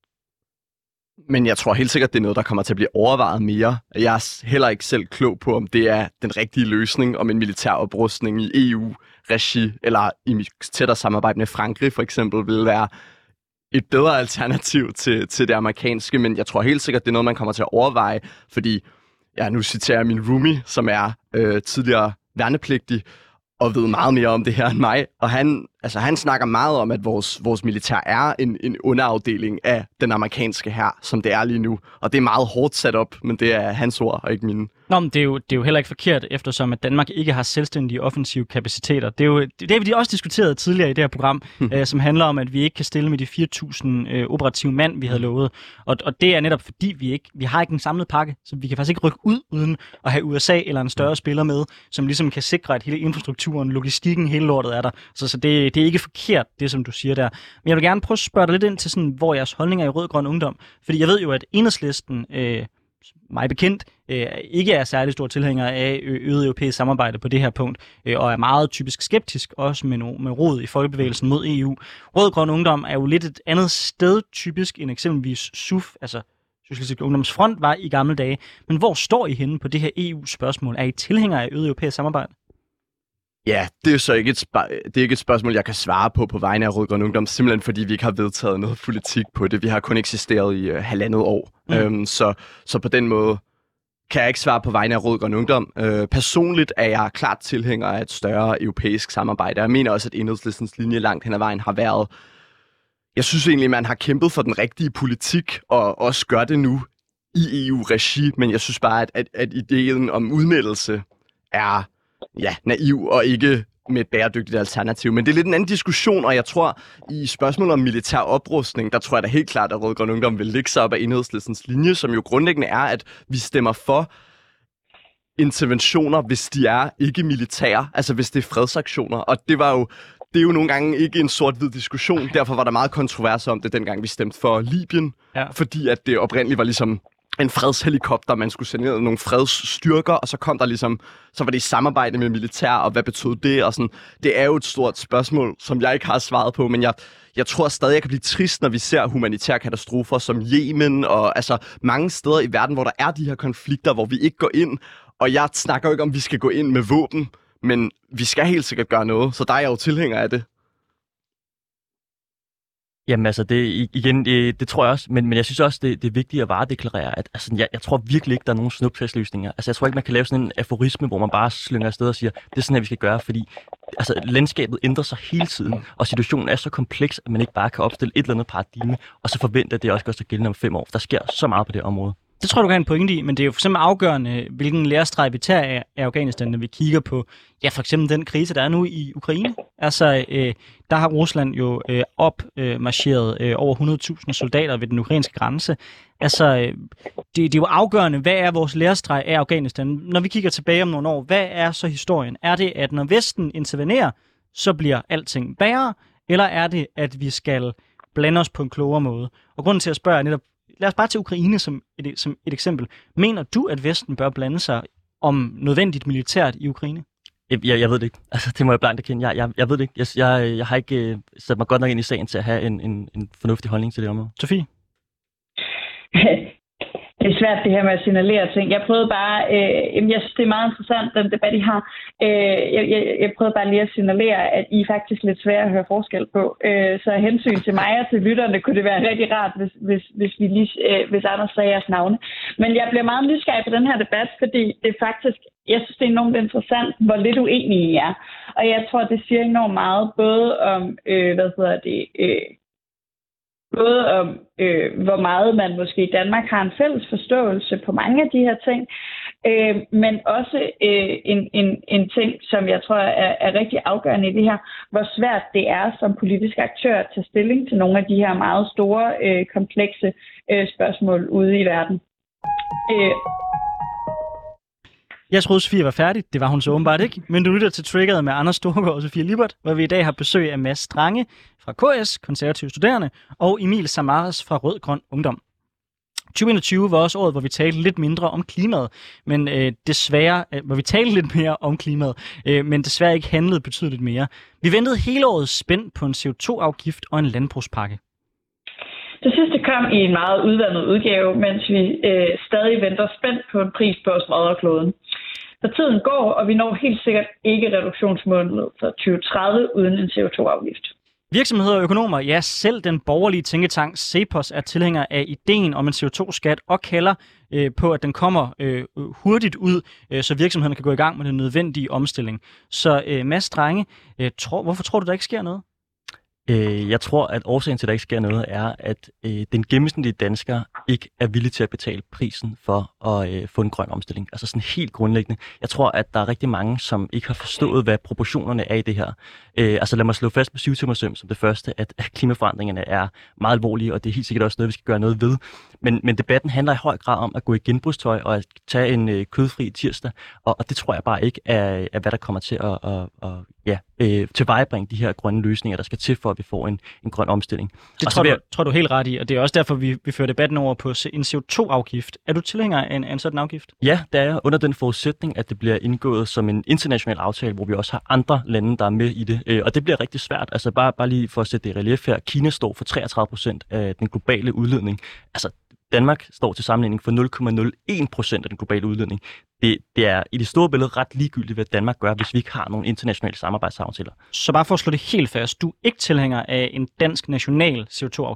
Men jeg tror helt sikkert, det er noget, der kommer til at blive overvejet mere. Jeg er heller ikke selv klog på, om det er den rigtige løsning, om en militær oprustning i EU-regi, eller i tættere samarbejde med Frankrig for eksempel, vil være et bedre alternativ til det amerikanske. Men jeg tror helt sikkert, det er noget, man kommer til at overveje, fordi nu citerer jeg min roomie, som er tidligere værnepligtig, og ved meget mere om det her end mig. Og han snakker meget om, at vores militær er en underafdeling af den amerikanske hær, som det er lige nu. Og det er meget hårdt sat op, men det er hans ord og ikke mine. Nå, men det er jo heller ikke forkert, eftersom at Danmark ikke har selvstændige offensive kapaciteter. Det har vi også diskuteret tidligere i det her program, som handler om, at vi ikke kan stille med de 4.000 operative mand, vi havde lovet. Og det er netop fordi, vi har ikke en samlet pakke, så vi kan faktisk ikke rykke ud uden at have USA eller en større spiller med, som ligesom kan sikre, at hele infrastrukturen, logistikken, hele lortet er der. Så det er ikke forkert, det som du siger der. Men jeg vil gerne prøve at spørge dig lidt ind til, sådan, hvor jeres holdning er i Rød-Grøn Ungdom. Fordi jeg ved jo, at Enhedslisten, mig bekendt, ikke er særlig stor tilhænger af øget europæisk samarbejde på det her punkt, og er meget typisk skeptisk, også med rod i folkebevægelsen mod EU. Rød-Grøn Ungdom er jo lidt et andet sted typisk end eksempelvis SUF, altså Socialistisk Ungdomsfront, var i gamle dage. Men hvor står I henne på det her EU-spørgsmål? Er I tilhængere af øget europæisk samarbejde? Ja, det er så ikke et spørgsmål, jeg kan svare på vegne af Rød-Grøn Ungdom, simpelthen fordi vi ikke har vedtaget noget politik på det. Vi har kun eksisteret i 1,5 år. Så på den måde, kan jeg ikke svare på vegne af Rød-Grøn Ungdom. Personligt er jeg klart tilhænger af et større europæisk samarbejde. Jeg mener også, at Enhedslistens linje langt hen ad vejen har været... Jeg synes egentlig, man har kæmpet for den rigtige politik, og også gør det nu i EU-regi, men jeg synes bare, at ideen om udmeldelse er naiv og ikke med et bæredygtigt alternativ. Men det er lidt en anden diskussion, og jeg tror, i spørgsmålet om militær oprustning, der tror jeg da helt klart, at Rød-Grøn Ungdom vil lægge sig op af Enhedslistens linje, som jo grundlæggende er, at vi stemmer for interventioner, hvis de er ikke militære, altså hvis det er fredsaktioner. Og det er jo nogle gange ikke en sort-hvid diskussion. Derfor var der meget kontrovers om det, dengang vi stemte for Libyen, fordi at det oprindeligt var ligesom en fredshelikopter, man skulle sende ned nogle fredsstyrker, og så kom der ligesom, så var det i samarbejde med militær, og hvad betød det? Og sådan, det er jo et stort spørgsmål, som jeg ikke har svaret på, men jeg tror stadig, jeg kan blive trist, når vi ser humanitære katastrofer som Yemen, og altså mange steder i verden, hvor der er de her konflikter, hvor vi ikke går ind, og jeg snakker jo ikke om, vi skal gå ind med våben, men vi skal helt sikkert gøre noget, så der er jeg jo tilhænger af det. Jamen altså, det tror jeg også, men jeg synes også, det er vigtigt at varedeklarere, at altså, jeg tror virkelig ikke, der er nogen snuptagsløsninger. Altså, jeg tror ikke, man kan lave sådan en aforisme, hvor man bare slynger afsted og siger, det er sådan her, vi skal gøre, fordi altså, landskabet ændrer sig hele tiden, og situationen er så kompleks, at man ikke bare kan opstille et eller andet paradigme, og så forvente, at det også gør sig gældende om 5 år. Der sker så meget på det område. Det tror jeg, du kan have en pointe i, men det er jo for eksempel afgørende, hvilken lærestreg vi tager af Afghanistan, når vi kigger på, for eksempel den krise, der er nu i Ukraine. Altså, der har Rusland jo opmarcheret over 100.000 soldater ved den ukrainske grænse. Altså, det er jo afgørende, hvad er vores lærestreg af Afghanistan? Når vi kigger tilbage om nogle år, hvad er så historien? Er det, at når Vesten intervenerer, så bliver alting værre, eller er det, at vi skal blande os på en klogere måde? Og grunden til at spørge er netop, lad os bare tage Ukraine som et eksempel. Mener du, at Vesten bør blande sig om nødvendigt militært i Ukraine? Jeg ved det ikke. Altså, det må jeg blankt erkende. Jeg ved det ikke. Jeg har ikke sat mig godt nok ind i sagen til at have en fornuftig holdning til det område. Sofie? Det er svært det her med at signalere ting. Jeg prøvede bare, jeg synes det er meget interessant, den debat I har. Jeg prøvede bare lige at signalere, at I er faktisk lidt svære at høre forskel på. Så af hensyn til mig og til lytterne, kunne det være rigtig rart, hvis Anders sagde jeres navne. Men jeg bliver meget nysgerrig på den her debat, fordi det er faktisk, jeg synes det er enormt interessant, hvor lidt uenige I er. Og jeg tror, det siger enormt meget, både om, hvor meget man måske i Danmark har en fælles forståelse på mange af de her ting, men også en ting, som jeg tror er rigtig afgørende i det her, hvor svært det er som politisk aktør at tage stilling til nogle af de her meget store, komplekse spørgsmål ude i verden. Jeg troede, Sofie var færdig. Det var hun så åbenbart ikke. Men du lytter til Triggeret med Anders Storgård og Sofie Lippert, hvor vi i dag har besøg af Mads Strange fra KS, Konservative Studerende, og Emil Samaras fra Rød-Grøn Ungdom. 2021 var også året, hvor vi talte lidt mindre om klimaet, men desværre, hvor vi talte lidt mere om klimaet, men desværre ikke handlede betydeligt mere. Vi ventede hele året spændt på en CO2-afgift og en landbrugspakke. Det sidste kom i en meget udvandet udgave, mens vi stadig venter spændt på en pris på at smadre kloden. For tiden går, og vi når helt sikkert ikke reduktionsmålet for 2030 uden en CO2-afgift. Virksomheder og økonomer, ja selv den borgerlige tænketank CEPOS er tilhænger af ideen om en CO2-skat og kalder på, at den kommer hurtigt ud, så virksomhederne kan gå i gang med den nødvendige omstilling. Så Mads Strange, hvorfor tror du, der ikke sker noget? Jeg tror, at årsagen til, at der ikke sker noget, er, at den gennemsnitlige dansker ikke er villig til at betale prisen for at få en grøn omstilling. Altså sådan helt grundlæggende. Jeg tror, at der er rigtig mange, som ikke har forstået, hvad proportionerne er i det her. Altså lad mig slå fast på 7-timers-søvn som det første, at klimaforandringerne er meget alvorlige, og det er helt sikkert også noget, vi skal gøre noget ved. Men debatten handler i høj grad om at gå i genbrugstøj og at tage en kødfri tirsdag, og det tror jeg bare ikke er hvad der kommer til at tilvejebringe de her grønne løsninger, der skal til for, at vi får en grøn omstilling. Det tror du helt ret i, og det er også derfor, vi fører debatten over på en CO2-afgift. Er du tilhænger af en sådan afgift? Ja, det er jeg, under den forudsætning, at det bliver indgået som en international aftale, hvor vi også har andre lande, der er med i det. Og det bliver rigtig svært. Altså bare lige for at sætte det i relief her. Kina står for 33% af den globale udledning. Altså Danmark står til sammenligning for 0,01% af den globale udledning. Det er i det store billede ret ligegyldigt, hvad Danmark gør, hvis vi ikke har nogen internationale samarbejdsaftaler. Så bare for at slå det helt fast, du er ikke tilhænger af en dansk national CO2-afgift?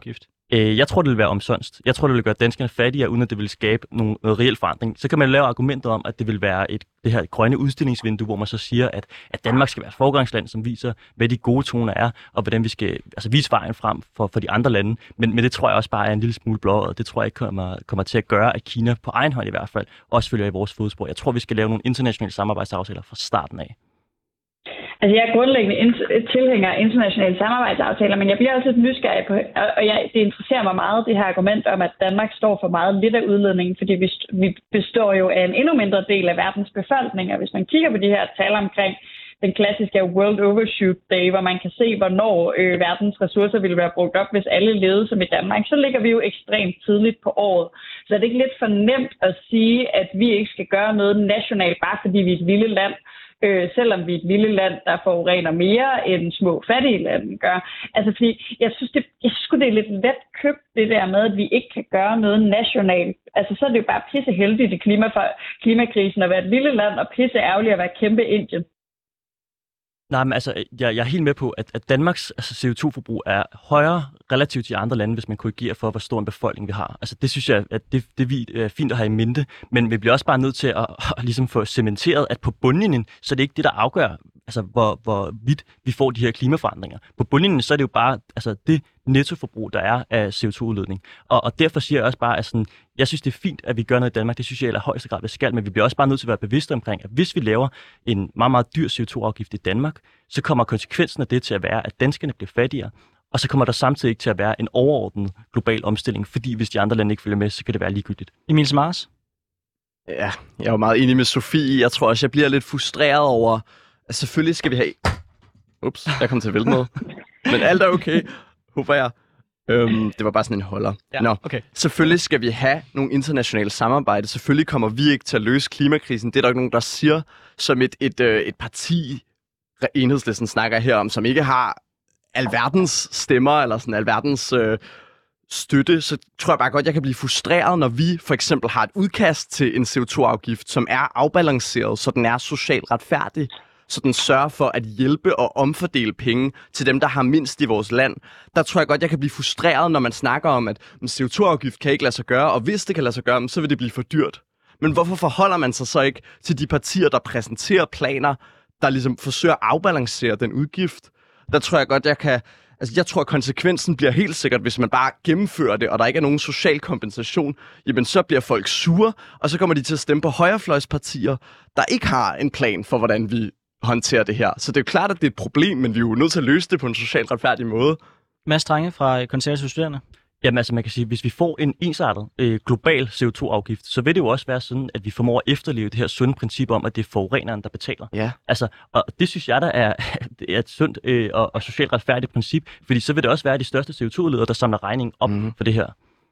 Jeg tror, det vil være omsonst. Jeg tror, det vil gøre danskerne fattigere, uden at det vil skabe noget reel forandring. Så kan man lave argumentet om, at det vil være det her grønne udstillingsvindue, hvor man så siger, at Danmark skal være et foregangsland, som viser, hvad de gode toner er, og hvordan vi skal vise vejen frem for de andre lande. Men det tror jeg også bare er en lille smule blåret. Det tror jeg ikke kommer til at gøre, at Kina på egen hånd i hvert fald også følger i vores fodspor. Jeg tror, vi skal lave nogle internationale samarbejdsaftaler fra starten af. Altså, jeg er grundlæggende tilhænger af internationale samarbejdsaftaler, men jeg bliver også lidt nysgerrig på, og det interesserer mig meget, det her argument om, at Danmark står for meget lidt af udledningen, fordi vi består jo af en endnu mindre del af verdens befolkning, og hvis man kigger på de her tal omkring den klassiske World Overshoot Day, hvor man kan se, hvornår verdens ressourcer ville være brugt op, hvis alle levede som i Danmark, så ligger vi jo ekstremt tidligt på året. Så er det ikke lidt for nemt at sige, at vi ikke skal gøre noget nationalt, bare fordi vi er et lille land, selvom vi er et lille land, der forurener mere end små fattige lande gør. Altså, fordi jeg synes, det er lidt let købt, det der med, at vi ikke kan gøre noget nationalt. Altså, så er det jo bare pisse heldigt i klimakrisen at være et lille land, og pisse ærgerligt at være kæmpe Indien. Nej, men altså, jeg er helt med på, at Danmarks CO2-forbrug er højere relativt til andre lande, hvis man korrigerer for, hvor stor en befolkning vi har. Altså, det synes jeg, at det er fint at have i mente, men vi bliver også bare nødt til at ligesom få cementeret, at på bundlinjen, så er det ikke det, der afgør, altså, hvor vidt vi får de her klimaforandringer. På bundlinjen, så er det jo bare det nettoforbrug, der er af CO2-udledning. Og derfor siger jeg også bare, at sådan, jeg synes, det er fint, at vi gør noget i Danmark. Det synes jeg i højeste grad, vi skal, men vi bliver også bare nødt til at være bevidste omkring, at hvis vi laver en meget, meget dyr CO2-afgift i Danmark, så kommer konsekvensen af det til at være, at danskerne bliver fattigere, og så kommer der samtidig ikke til at være en overordnet global omstilling, fordi hvis de andre lande ikke følger med, så kan det være ligegyldigt. Emil Smars? Ja, jeg er jo meget enig med Sofie. Jeg tror også, jeg bliver lidt frustreret over, at selvfølgelig skal vi have... Ups, jeg kom til at vælte noget. Men alt er okay, håber jeg. Det var bare sådan en holder. Ja, okay. Selvfølgelig skal vi have nogle internationale samarbejde. Selvfølgelig kommer vi ikke til at løse klimakrisen. Det er der ikke nogen, der siger, som et parti, Enhedslisten snakker her om, som ikke har alverdens stemmer, eller sådan alverdens støtte, så tror jeg bare godt, jeg kan blive frustreret, når vi for eksempel har et udkast til en CO2-afgift, som er afbalanceret, så den er socialt retfærdig, så den sørger for at hjælpe og omfordele penge til dem, der har mindst i vores land. Der tror jeg godt, jeg kan blive frustreret, når man snakker om, at CO2-afgift kan ikke lade sig gøre, og hvis det kan lade sig gøre, så vil det blive for dyrt. Men hvorfor forholder man sig så ikke til de partier, der præsenterer planer, der ligesom forsøger at afbalancere den udgift? Der tror jeg godt, jeg tror, at konsekvensen bliver helt sikkert, hvis man bare gennemfører det, og der ikke er nogen social kompensation, jamen så bliver folk sure, og så kommer de til at stemme på højrefløjspartier, der ikke har en plan for, hvordan vi håndterer det her. Så det er jo klart, at det er et problem, men vi er jo nødt til at løse det på en socialt retfærdig måde. Mads Strange fra Konservative Studerende. Jamen altså, man kan sige, at hvis vi får en ensartet global CO2-afgift, så vil det jo også være sådan, at vi formår at efterleve det her sunde princip om, at det er forureneren, der betaler. Ja. Altså, og det synes jeg, der er et sundt og socialt retfærdigt princip, fordi så vil det også være de største CO2-udledere, der samler regningen op for det her.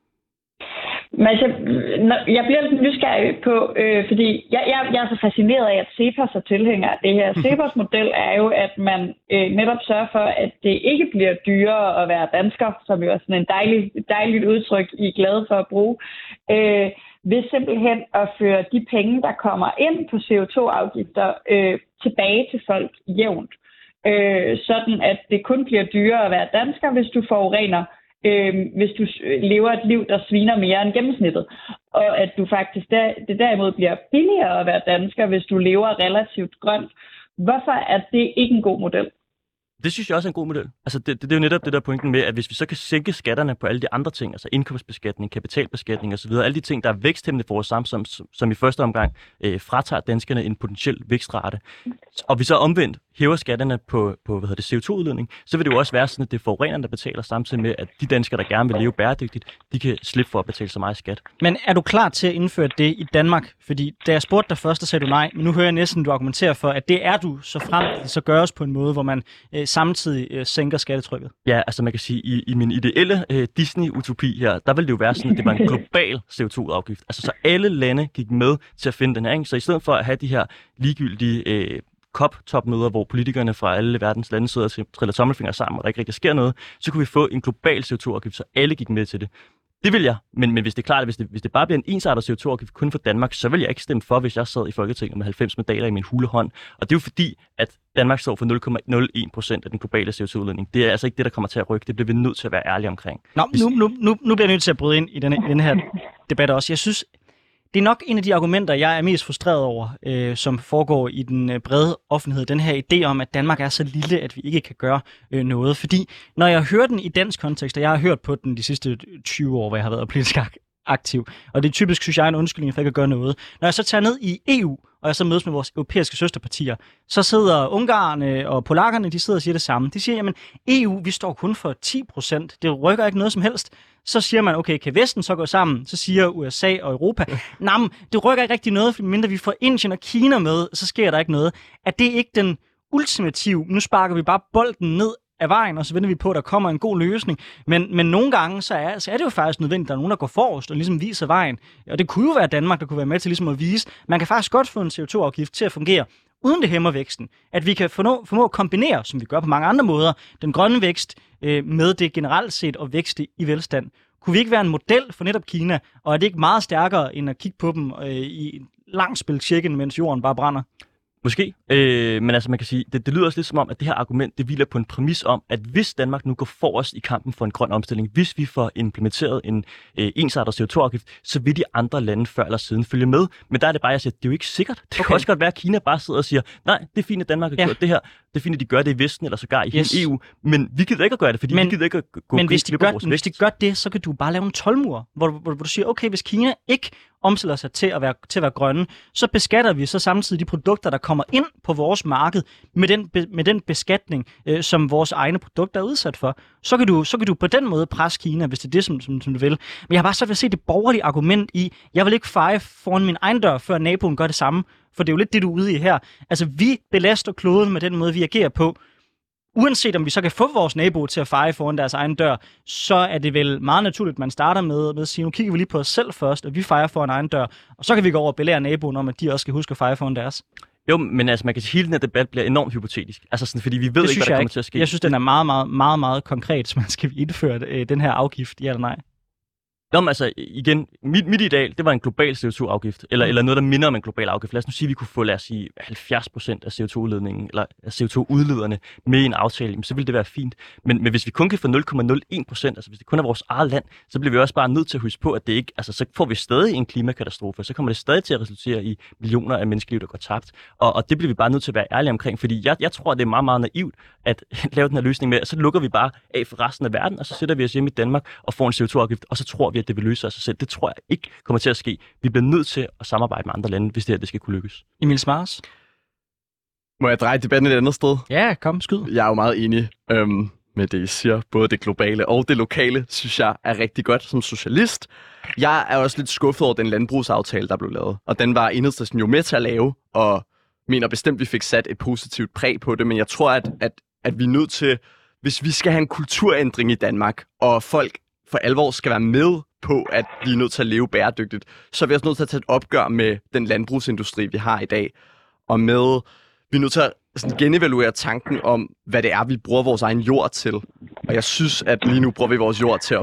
Men altså, jeg bliver lidt nysgerrig på, fordi jeg er så fascineret af, at CEPOS er tilhænger af det her. CEPOS model er jo, at man netop sørger for, at det ikke bliver dyrere at være dansker, som jo er sådan en dejligt udtryk, I er glade for at bruge, ved simpelthen at føre de penge, der kommer ind på CO2-afgifter, tilbage til folk jævnt. Sådan at det kun bliver dyrere at være dansker, hvis du forurener, hvis du lever et liv, der sviner mere end gennemsnittet. Og at du faktisk det derimod bliver billigere at være dansker, hvis du lever relativt grønt. Hvorfor er det ikke en god model? Det synes jeg også er en god model. Altså det er jo netop det der pointen med, at hvis vi så kan sænke skatterne på alle de andre ting, altså indkomstbeskatning, kapitalbeskatning osv., alle de ting, der er væksthæmmende for vores samfund, som i første omgang fratager danskerne en potentiel vækstrate, og vi så omvendt hæver skatterne på CO2-udledning, så vil det jo også være sådan, at det er forureneren, der betaler, samtidig med, at de danskere, der gerne vil leve bæredygtigt, de kan slippe for at betale så meget skat. Men er du klar til at indføre det i Danmark? Fordi da jeg spurgte dig først, så sagde du nej, men nu hører jeg næsten, du argumenterer for, at det er du, så frem det så gøres på en måde, hvor man samtidig sænker skattetrykket. Ja, altså man kan sige, i min ideelle Disney-utopi her, der ville det jo være sådan, at det var en global CO2-afgift. Altså så alle lande gik med til at finde den her, ikke? Så i stedet for at have de her ligegyldige COP-topmøder, hvor politikerne fra alle verdens lande sidder og triller tommelfingre sammen, og der ikke rigtig sker noget, så kunne vi få en global CO2-afgift, så alle gik med til det. Det vil jeg, men hvis det er klart, at hvis det bare bliver en ensartet CO2-afgift kun for Danmark, så vil jeg ikke stemme for, hvis jeg sad i Folketinget med 90 mandater i min hulehånd. Og det er jo fordi, at Danmark står for 0,01% af den globale CO2-udledning. Det er altså ikke det, der kommer til at rykke. Det bliver vi nødt til at være ærlige omkring. Nu bliver jeg nødt til at bryde ind i den her debat også. Jeg synes, det er nok en af de argumenter, jeg er mest frustreret over, som foregår i den brede offentlighed. Den her idé om, at Danmark er så lille, at vi ikke kan gøre noget. Fordi når jeg hører den i dansk kontekst, og jeg har hørt på den de sidste 20 år, hvor jeg har været politisk aktiv, og det er typisk, synes jeg, en undskyldning for ikke at gøre noget. Når jeg så tager ned i EU, og jeg så mødes med vores europæiske søsterpartier, så sidder ungarerne og polakkerne, de sidder og siger det samme. De siger, jamen EU, vi står kun for 10%. Det rykker ikke noget som helst. Så siger man, okay, kan Vesten så gå sammen? Så siger USA og Europa, nej, det rykker ikke rigtig noget, for mindre vi får Indien og Kina med, så sker der ikke noget. Er det ikke den ultimative, nu sparker vi bare bolden ned af vejen, og så venter vi på, at der kommer en god løsning. Men nogle gange, så er det jo faktisk nødvendigt, at der er nogen, der går forrest og ligesom viser vejen. Og det kunne jo være Danmark, der kunne være med til ligesom at vise, man kan faktisk godt få en CO2-afgift til at fungere, uden det hæmmer væksten. At vi kan formå at kombinere, som vi gør på mange andre måder, den grønne vækst med det generelt set og vækst i velstand. Kunne vi ikke være en model for netop Kina, og er det ikke meget stærkere, end at kigge på dem i langt spil chicken, mens jorden bare brænder? Måske, men altså man kan sige, det lyder også lidt som om, at det her argument, det hviler på en præmis om, at hvis Danmark nu går forrest i kampen for en grøn omstilling, hvis vi får implementeret en ensartet CO2-afgift, så vil de andre lande før eller siden følge med. Men der er det bare, jeg siger, det er jo ikke sikkert. Det kan også godt være, at Kina bare sidder og siger, nej, det er fint, at Danmark har gjort det her. Det er fint, at de gør det i Vesten eller sågar i hele EU. Men vi gider ikke at gøre det, fordi vi gider ikke at gå men hvis de gør det, så kan du bare lave en toldmur, hvor du siger, okay, hvis Kina ikke omstiller sig til at være grønne, så beskatter vi så samtidig de produkter, der kommer ind på vores marked med den beskatning, som vores egne produkter er udsat for. Så kan du på den måde presse Kina, hvis det er det, som du vil. Men jeg har bare så ved at se det borgerlige argument i, jeg vil ikke feje foran min egen dør, før naboen gør det samme. For det er jo lidt det, du er ude i her. Altså, vi belaster kloden med den måde, vi agerer på. Uanset om vi så kan få vores nabo til at feje foran deres egen dør, så er det vel meget naturligt, at man starter med at sige, nu kigger vi lige på os selv først, og vi fejer foran egen dør, og så kan vi gå over og belære naboen om, at de også skal huske at feje foran deres. Jo, men altså man kan sige, at hele den her debat bliver enormt hypotetisk. Altså sådan, fordi vi ved ikke, hvad der kommer til at ske. Jeg synes, den er meget, meget, meget, meget konkret, så man skal indføre den her afgift, ja eller nej. Nå, men altså igen, mit ideal, det var en global CO2-afgift, eller noget, der minder om en global afgift. Lad os nu sige, at vi kunne få, 70% af CO2-udledningen, eller af CO2-udlederne med i en aftale, så ville det være fint. Men hvis vi kun kan få 0,01%, altså hvis det kun er vores eget land, så bliver vi også bare nødt til at huske på, at det ikke, altså så får vi stadig en klimakatastrofe, så kommer det stadig til at resultere i millioner af menneskeliv, der går tabt. Og det bliver vi bare nødt til at være ærlige omkring, fordi jeg tror, at det er meget, meget naivt at lave den her løsning med, så lukker vi bare af for resten af verden, og så sætter vi os hjemme i Danmark og får en CO2-afgift, og så tror vi, at det vil løse sig selv. Det tror jeg ikke kommer til at ske. Vi bliver nødt til at samarbejde med andre lande, hvis det skal kunne lykkes. Emil Smares? Må jeg dreje debatten et andet sted? Ja, kom, skyd. Jeg er jo meget enig med det, I siger. Både det globale og det lokale, synes jeg er rigtig godt som socialist. Jeg er også lidt skuffet over den landbrugsaftale, der blev lavet. Og den var Enhedslisten jo med til at lave, og mener bestemt, vi fik sat et positivt præg på det. Men jeg tror, at vi er nødt til, hvis vi skal have en kulturændring i Danmark, og folk for alvor skal være med på, at vi er nødt til at leve bæredygtigt, så er vi også nødt til at tage et opgør med den landbrugsindustri, vi har i dag. Og vi er nødt til at genevaluere tanken om, hvad det er, vi bruger vores egen jord til. Og jeg synes, at lige nu bruger vi vores jord til at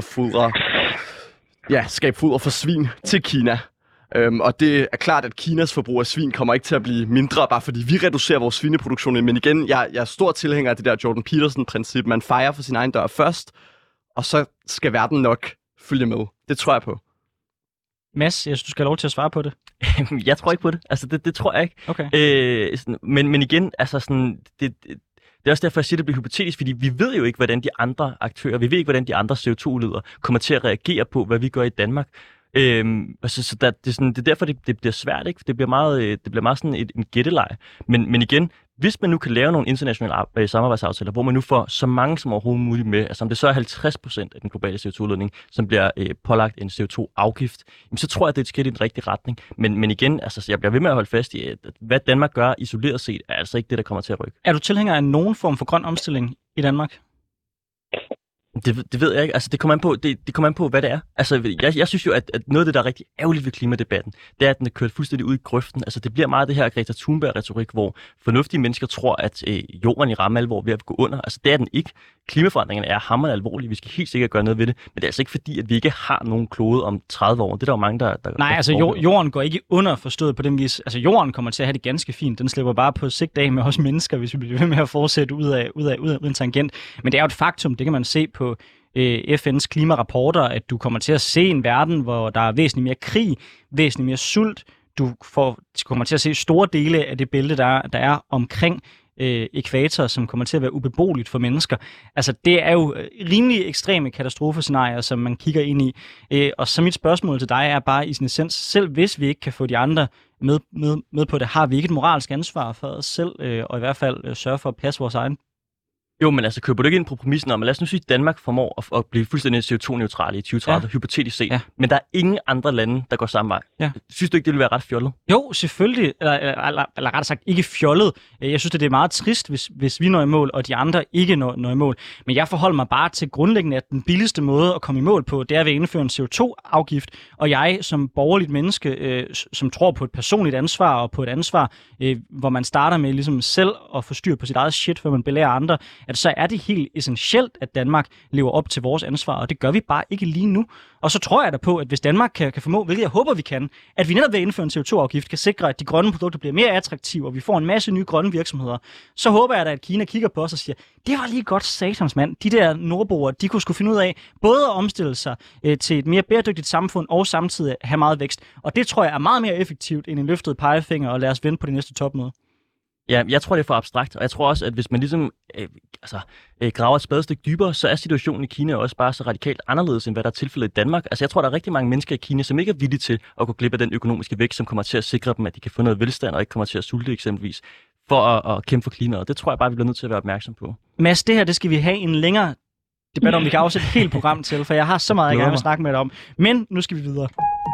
skabe foder for svin til Kina. Og det er klart, at Kinas forbrug af svin kommer ikke til at blive mindre, bare fordi vi reducerer vores svineproduktion. Men igen, jeg er stor tilhænger af det der Jordan Peterson-princip. Man fejrer for sin egen dør først, og så skal verden nok følge med. Det tror jeg på. Mads, jeg synes, du skal have lov til at svare på det. Jeg tror ikke på det. Altså, det tror jeg ikke. Okay. Men igen, altså sådan, det er også derfor, jeg siger, det bliver hypotetisk, fordi vi ved jo ikke, hvordan de andre aktører, vi ved ikke, hvordan de andre CO2-udledere kommer til at reagere på, hvad vi gør i Danmark. Så det er derfor, det bliver svært, ikke? Det bliver meget sådan en gætteleg. Men igen, hvis man nu kan lave nogle internationale samarbejdsaftaler, hvor man nu får så mange som overhovedet muligt med, altså om det så er 50% af den globale CO2-udledning, som bliver pålagt en CO2-afgift, så tror jeg, det er et skridt i den rigtige retning. Men igen, altså, jeg bliver ved med at holde fast i, at hvad Danmark gør isoleret set, er altså ikke det, der kommer til at rykke. Er du tilhænger af nogen form for grøn omstilling i Danmark? Det ved jeg ikke. Altså, det kommer an på, hvad det er. Altså, jeg synes jo, at noget af det, der er rigtig ærgerligt ved klimadebatten, det er, at den er kørt fuldstændig ud i grøften. Altså, det bliver meget det her Greta Thunberg-retorik, hvor fornuftige mennesker tror, at jorden i ramme alvor ved at gå under. Altså, det er den ikke. Klimaforandringerne er hammerende alvorlige. Vi skal helt sikkert gøre noget ved det. Men det er altså ikke fordi, at vi ikke har nogen klode om 30 år. Det er der jo mange, der Nej, altså jorden går ikke under forstået på den vis. Altså, jorden kommer til at have det ganske fint. Den slipper bare på sigt af med os mennesker, hvis vi bliver ved med at fortsætte ud af en tangent. Men det er jo et faktum, det kan man se på FN's klimarapporter, at du kommer til at se en verden, hvor der er væsentligt mere krig, væsentligt mere sult. Du kommer til at se store dele af det bælte, der er omkring ækvator, som kommer til at være ubeboeligt for mennesker. Altså, det er jo rimelig ekstreme katastrofescenarier, som man kigger ind i. Og så mit spørgsmål til dig er bare i sin essens, selv hvis vi ikke kan få de andre med på det, har vi ikke et moralsk ansvar for os selv, og i hvert fald sørge for at passe vores egen? Jo, men altså køber du ikke ind på præmissen om, at lad os nu sige, at Danmark formår at blive fuldstændig CO2-neutrale i 2030, hypotetisk set. Ja. Men der er ingen andre lande, der går samme vej. Ja. Synes du ikke, det ville være ret fjollet? Jo, selvfølgelig. Eller rettere sagt, ikke fjollet. Jeg synes, det er meget trist, hvis vi når i mål, og de andre ikke når i mål. Men jeg forholder mig bare til grundlæggende, at den billigste måde at komme i mål på, det er ved at indføre en CO2-afgift. Og jeg som borgerligt menneske, som tror på et personligt ansvar, og på et ansvar, hvor man starter med ligesom selv at få styr på sit eget shit, før man belærer andre, at så er det helt essentielt, at Danmark lever op til vores ansvar, og det gør vi bare ikke lige nu. Og så tror jeg da på, at hvis Danmark kan formå, hvilket jeg håber, vi kan, at vi netop ved at indføre en CO2-afgift kan sikre, at de grønne produkter bliver mere attraktive, og vi får en masse nye grønne virksomheder, så håber jeg da, at Kina kigger på os og siger, det var lige godt satans mand. De der nordboere, de kunne finde ud af både at omstille sig til et mere bæredygtigt samfund, og samtidig have meget vækst. Og det tror jeg er meget mere effektivt end en løftet pegefinger, og lad os vente på det næste topmøde. Ja, jeg tror, det er for abstrakt, og jeg tror også, at hvis man ligesom graver et spadestik dybere, så er situationen i Kina også bare så radikalt anderledes, end hvad der er tilfældet i Danmark. Altså, jeg tror, der er rigtig mange mennesker i Kina, som ikke er villige til at gå glip af den økonomiske vækst, som kommer til at sikre dem, at de kan få noget velstand og ikke kommer til at sulte eksempelvis, for at kæmpe for klimaet. Det tror jeg bare, vi bliver nødt til at være opmærksom på. Mads, det her, det skal vi have en længere debat om. Vi kan afsætte et helt program til, for jeg har så meget, jeg gerne vil snakke med dig om. Men nu skal vi videre.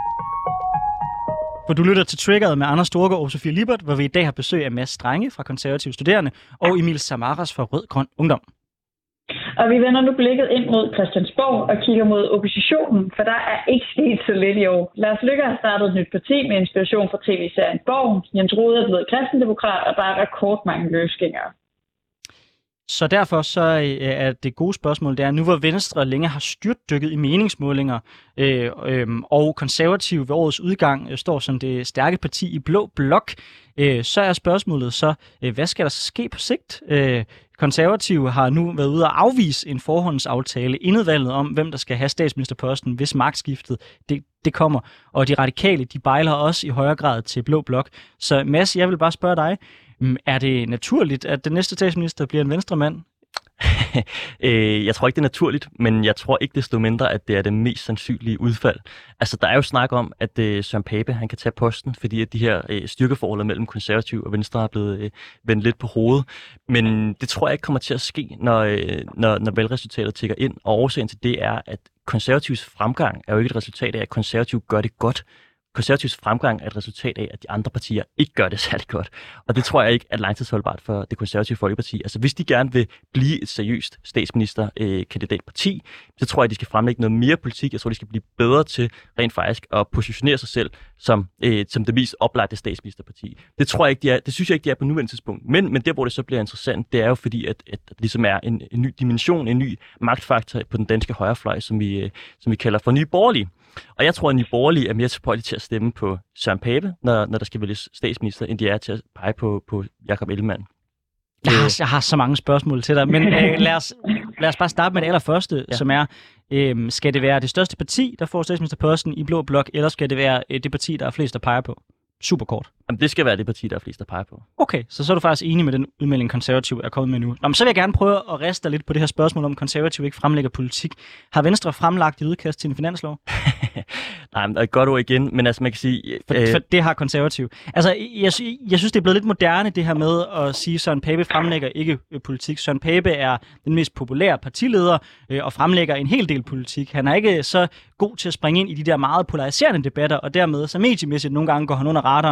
For du lytter til Triggeret med Anders Storgård og Sofie Lippert, hvor vi i dag har besøg af Mads Strenge fra Konservative Studerende og Emil Samaras fra Rød Grøn Ungdom. Og vi vender nu blikket ind mod Christiansborg og kigger mod oppositionen, for der er ikke sket så lidt i år. Lars Løkke har startet et nyt parti med inspiration fra tv-serien Borgen. Jens Rohde er blevet kristendemokrat, og der er rekordmange løsgængere. Så derfor så er det gode spørgsmål, det er, nu hvor Venstre længe har styrtdykket i meningsmålinger, og Konservative ved årets udgang står som det stærke parti i blå blok, så er spørgsmålet så, hvad skal der ske på sigt? Konservative har nu været ude at afvise en forhåndsaftale inden valget om, hvem der skal have statsministerposten, hvis magtskiftet det kommer. Og de radikale, de bejler også i højere grad til blå blok. Så Mads, jeg vil bare spørge dig, er det naturligt, at den næste statsminister bliver en venstremand? Jeg tror ikke, det er naturligt, men jeg tror ikke desto mindre, at det er det mest sandsynlige udfald. Altså, der er jo snak om, at Søren Pape, han kan tage posten, fordi at de her styrkeforhold mellem konservativ og venstre er blevet vendt lidt på hovedet. Men det tror jeg ikke kommer til at ske, når valgresultatet tikker ind. Og årsagen til det er, at konservativs fremgang er jo ikke et resultat af, at konservativ gør det godt. Konservativs fremgang er et resultat af, at de andre partier ikke gør det særlig godt. Og det tror jeg ikke er langtidsholdbart for det konservative Folkeparti. Altså hvis de gerne vil blive et seriøst statsministerkandidatparti, så tror jeg, at de skal fremlægge noget mere politik. Jeg tror, de skal blive bedre til rent faktisk at positionere sig selv som det mest oplagte statsministerparti. Det tror jeg ikke, de er. Det synes jeg ikke, de er på nuværende tidspunkt. Men der, hvor det så bliver interessant, det er jo fordi, at det ligesom er en ny dimension, en ny magtfaktor på den danske højrefløj, som vi kalder for Nye Borgerlige. Og jeg tror, at Nye Borgerlige er mere tilbøjelige til at stemme på Søren Pape, når der skal vælges statsminister, end de er til at pege på Jakob Ellemann. Jeg har så mange spørgsmål til dig, men lad os bare starte med det allerførste, som er, skal det være det største parti, der får statsministerposten i blå blok, eller skal det være det parti, der er flest, der peger på? Super kort. Jamen, det skal være det parti, der er flest, der peger på. Okay, så er du faktisk enig med den udmelding, Konservativ er kommet med nu. Nå, men så vil jeg gerne prøve at riste lidt på det her spørgsmål, om Konservativ ikke fremlægger politik. Har Venstre fremlagt et udkast til en finanslov? Nej, men det er et godt ord igen, men altså man kan sige... For det har Konservativ. Altså, jeg synes, det er blevet lidt moderne, det her med at sige, at Søren Pape fremlægger ikke politik. Søren Pape er den mest populære partileder og fremlægger en hel del politik. Han er ikke så god til at springe ind i de der meget polariserende debatter, og dermed så mediemæssigt nogle gange går han under radaren.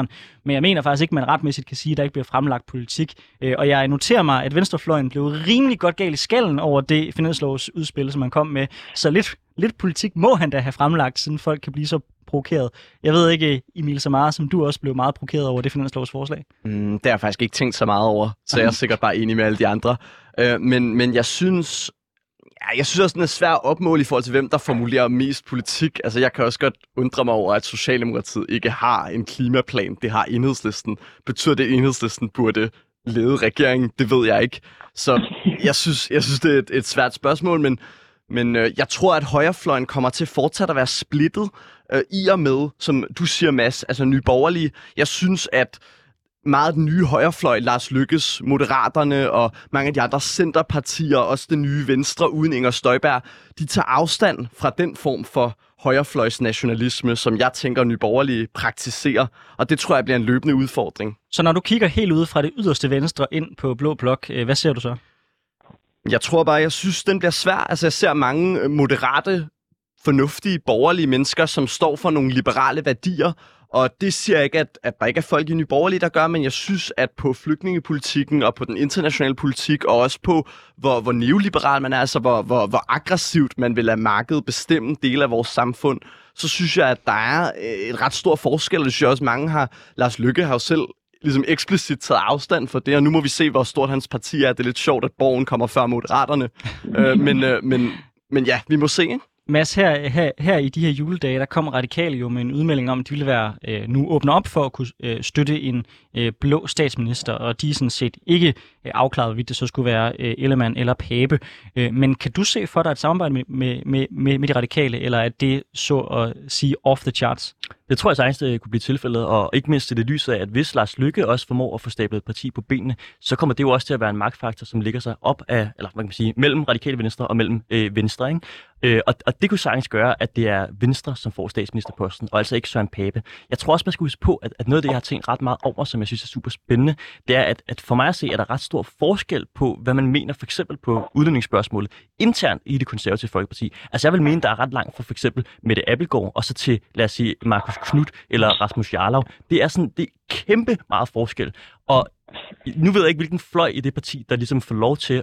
Men jeg mener faktisk ikke, man retmæssigt kan sige, at der ikke bliver fremlagt politik. Og jeg noterer mig, at venstrefløjen blev rimelig godt galt i skallen over det finanslovsudspil, som man kom med. Så lidt politik må han da have fremlagt, siden folk kan blive så provokeret. Jeg ved ikke, Emil, så meget som du også blev meget provokeret over det finanslovsforslag. Det har jeg faktisk ikke tænkt så meget over, så jeg er sikkert bare enig med alle de andre. Men jeg synes også, den er svær at opmåle i forhold til, hvem der formulerer mest politik. Altså, jeg kan også godt undre mig over, at Socialdemokratiet ikke har en klimaplan. Det har Enhedslisten. Betyder det, at Enhedslisten burde lede regeringen? Det ved jeg ikke. Så jeg synes det er et svært spørgsmål, men jeg tror, at højrefløjen kommer til fortsat at være splittet i og med, som du siger, Mads, altså Nye Borgerlige. Jeg synes, at meget af den nye højrefløj, Lars Løkkes, Moderaterne og mange af de andre centerpartier, også det nye Venstre uden Inger Støjberg, de tager afstand fra den form for højrefløjsnationalisme, som jeg tænker, Nye Borgerlige praktiserer. Og det tror jeg bliver en løbende udfordring. Så når du kigger helt ude fra det yderste venstre ind på Blå Blok, hvad ser du så? Jeg tror bare, jeg synes, den bliver svær. Altså, jeg ser mange moderate, fornuftige, borgerlige mennesker, som står for nogle liberale værdier. Og det siger ikke, at der ikke er folk i Nye Borgerlige, der gør, men jeg synes, at på flygtningepolitikken og på den internationale politik, og også på, hvor neoliberal man er, altså hvor aggressivt man vil lade markedet bestemme dele af vores samfund, så synes jeg, at der er et ret stor forskel. Det synes jeg også, mange har. Lars Løkke har jo selv ligesom eksplicit taget afstand for det, og nu må vi se, hvor stort hans parti er. Det er lidt sjovt, at Borgen kommer før Moderaterne. Men ja, vi må se, ikke? Mads, her i de her juledage, der kommer Radikale jo med en udmelding om, at de ville være nu åbne op for at kunne støtte en blå statsminister, og de er sådan set ikke afklaret, hvorvidt det så skulle være Ellemann eller Pape. Men kan du se for dig et samarbejde med de Radikale, eller er det så at sige off the charts? Det tror jeg sagtens, det kunne blive tilfældet, og ikke mindst i det lyset af, at hvis Lars Løkke også formår at få stablet et parti på benene, så kommer det jo også til at være en magtfaktor, som ligger sig op af, eller hvad kan man sige, mellem Radikale Venstre og mellem Venstre, ikke? Og det kunne sagtens gøre, at det er Venstre, som får statsministerposten, og altså ikke Søren Pape. Jeg tror også, man skal huske på, at noget af det, jeg har tænkt ret meget over, som jeg synes er super spændende, det er, at for mig at se, er der ret stor forskel på, hvad man mener for eksempel på udlændingsspørgsmålet internt i det konservative Folkeparti. Altså jeg vil mene, der er ret langt fra for eksempel Mette Abildgaard og så til, lad os sige, Marcus Knudt eller Rasmus Jarlov. Det er kæmpe meget forskel. Og nu ved jeg ikke, hvilken fløj i det parti, der ligesom får lov til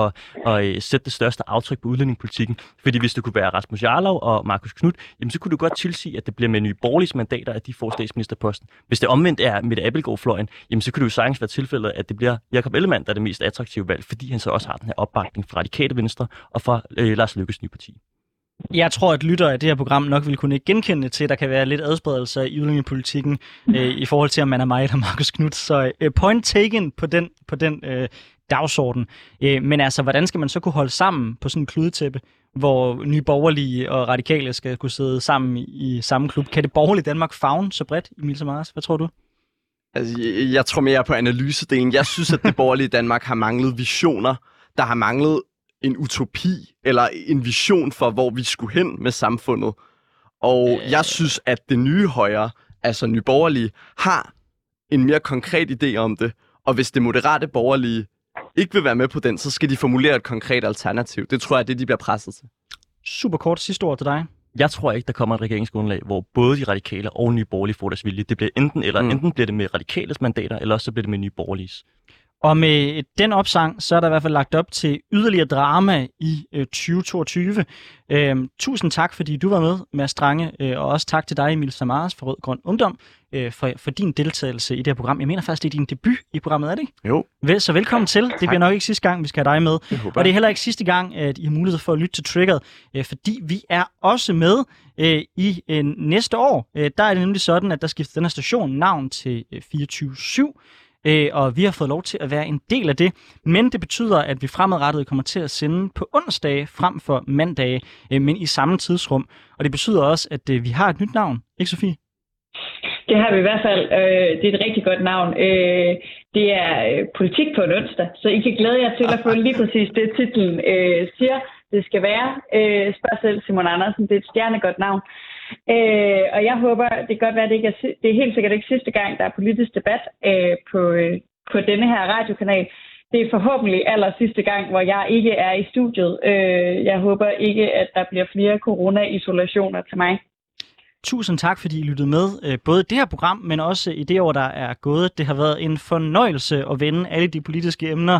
at sætte det største aftryk på udlændingepolitikken. Fordi hvis det kunne være Rasmus Jarlov og Marcus Knudt, jamen så kunne du godt tilsige, at det bliver med Nye Borgerliges mandater, at de får statsministerposten. Hvis det omvendt er Mette Abildgaard-fløjen, jamen så kunne det jo sagtens være tilfældet, at det bliver Jakob Ellemann, der er det mest attraktive valg, fordi han så også har den her opbakning fra Radikale Venstre og fra Lars Løkkes nye parti. Jeg tror, at lyttere af det her program nok vil kunne genkende til, at der kan være lidt adspredelse i udlændingepolitikken i forhold til, om man er mig eller Marcus Knudt. Så point taken på den dagsorden. Men altså, hvordan skal man så kunne holde sammen på sådan en kludetæppe, hvor Nye Borgerlige og Radikale skal kunne sidde sammen i samme klub? Kan det borgerlige Danmark favne så bredt, Emil Samaras? Hvad tror du? Altså, jeg tror mere på analysedelen. Jeg synes, at det borgerlige Danmark har manglet visioner. Der har manglet en utopi eller en vision for, hvor vi skulle hen med samfundet. Og jeg synes, at det nye højre, altså Nye Borgerlige, har en mere konkret idé om det. Og hvis det moderate borgerlige ikke vil være med på den, så skal de formulere et konkret alternativ. Det tror jeg, det de bliver presset til. Super kort sidste ord til dig. Jeg tror ikke, der kommer et regeringsgrundlag, hvor både de radikale og Nye Borgerlige får deres vilje. Det bliver enten bliver det med radikales mandater, eller også så bliver det med Nye Borgerliges. Og med den opsang, så er der i hvert fald lagt op til yderligere drama i 2022. Tusind tak, fordi du var med, Mads Strange, og også tak til dig, Emil Samaras fra Rød Grøn Ungdom, for din deltagelse i det her program. Jeg mener faktisk, det er din debut i programmet, er det ikke? Jo. Så velkommen til. Det bliver nok ikke sidste gang, vi skal have dig med. Og det er heller ikke sidste gang, at I har mulighed for at lytte til Triggered, fordi vi er også med i næste år. Der er det nemlig sådan, at der skifter den her station navn til 24/7. Og vi har fået lov til at være en del af det, men det betyder, at vi fremadrettet kommer til at sende på onsdage frem for mandage, men i samme tidsrum. Og det betyder også, at vi har et nyt navn, ikke Sofie? Det har vi i hvert fald. Det er et rigtig godt navn. Det er politik på en onsdag, så I kan glæde jer til at få lige præcis det, titlen siger, det skal være. Spørg selv Simon Andersen, det er et stjernegodt navn. Og jeg håber, det kan godt være, det er helt sikkert ikke sidste gang, der er politisk debat på denne her radiokanal. Det er forhåbentlig aller sidste gang, hvor jeg ikke er i studiet. Jeg håber ikke, at der bliver flere corona-isolationer til mig. tusind tak, fordi I lyttede med. Både det her program, men også i det år, der er gået. Det har været en fornøjelse at vende alle de politiske emner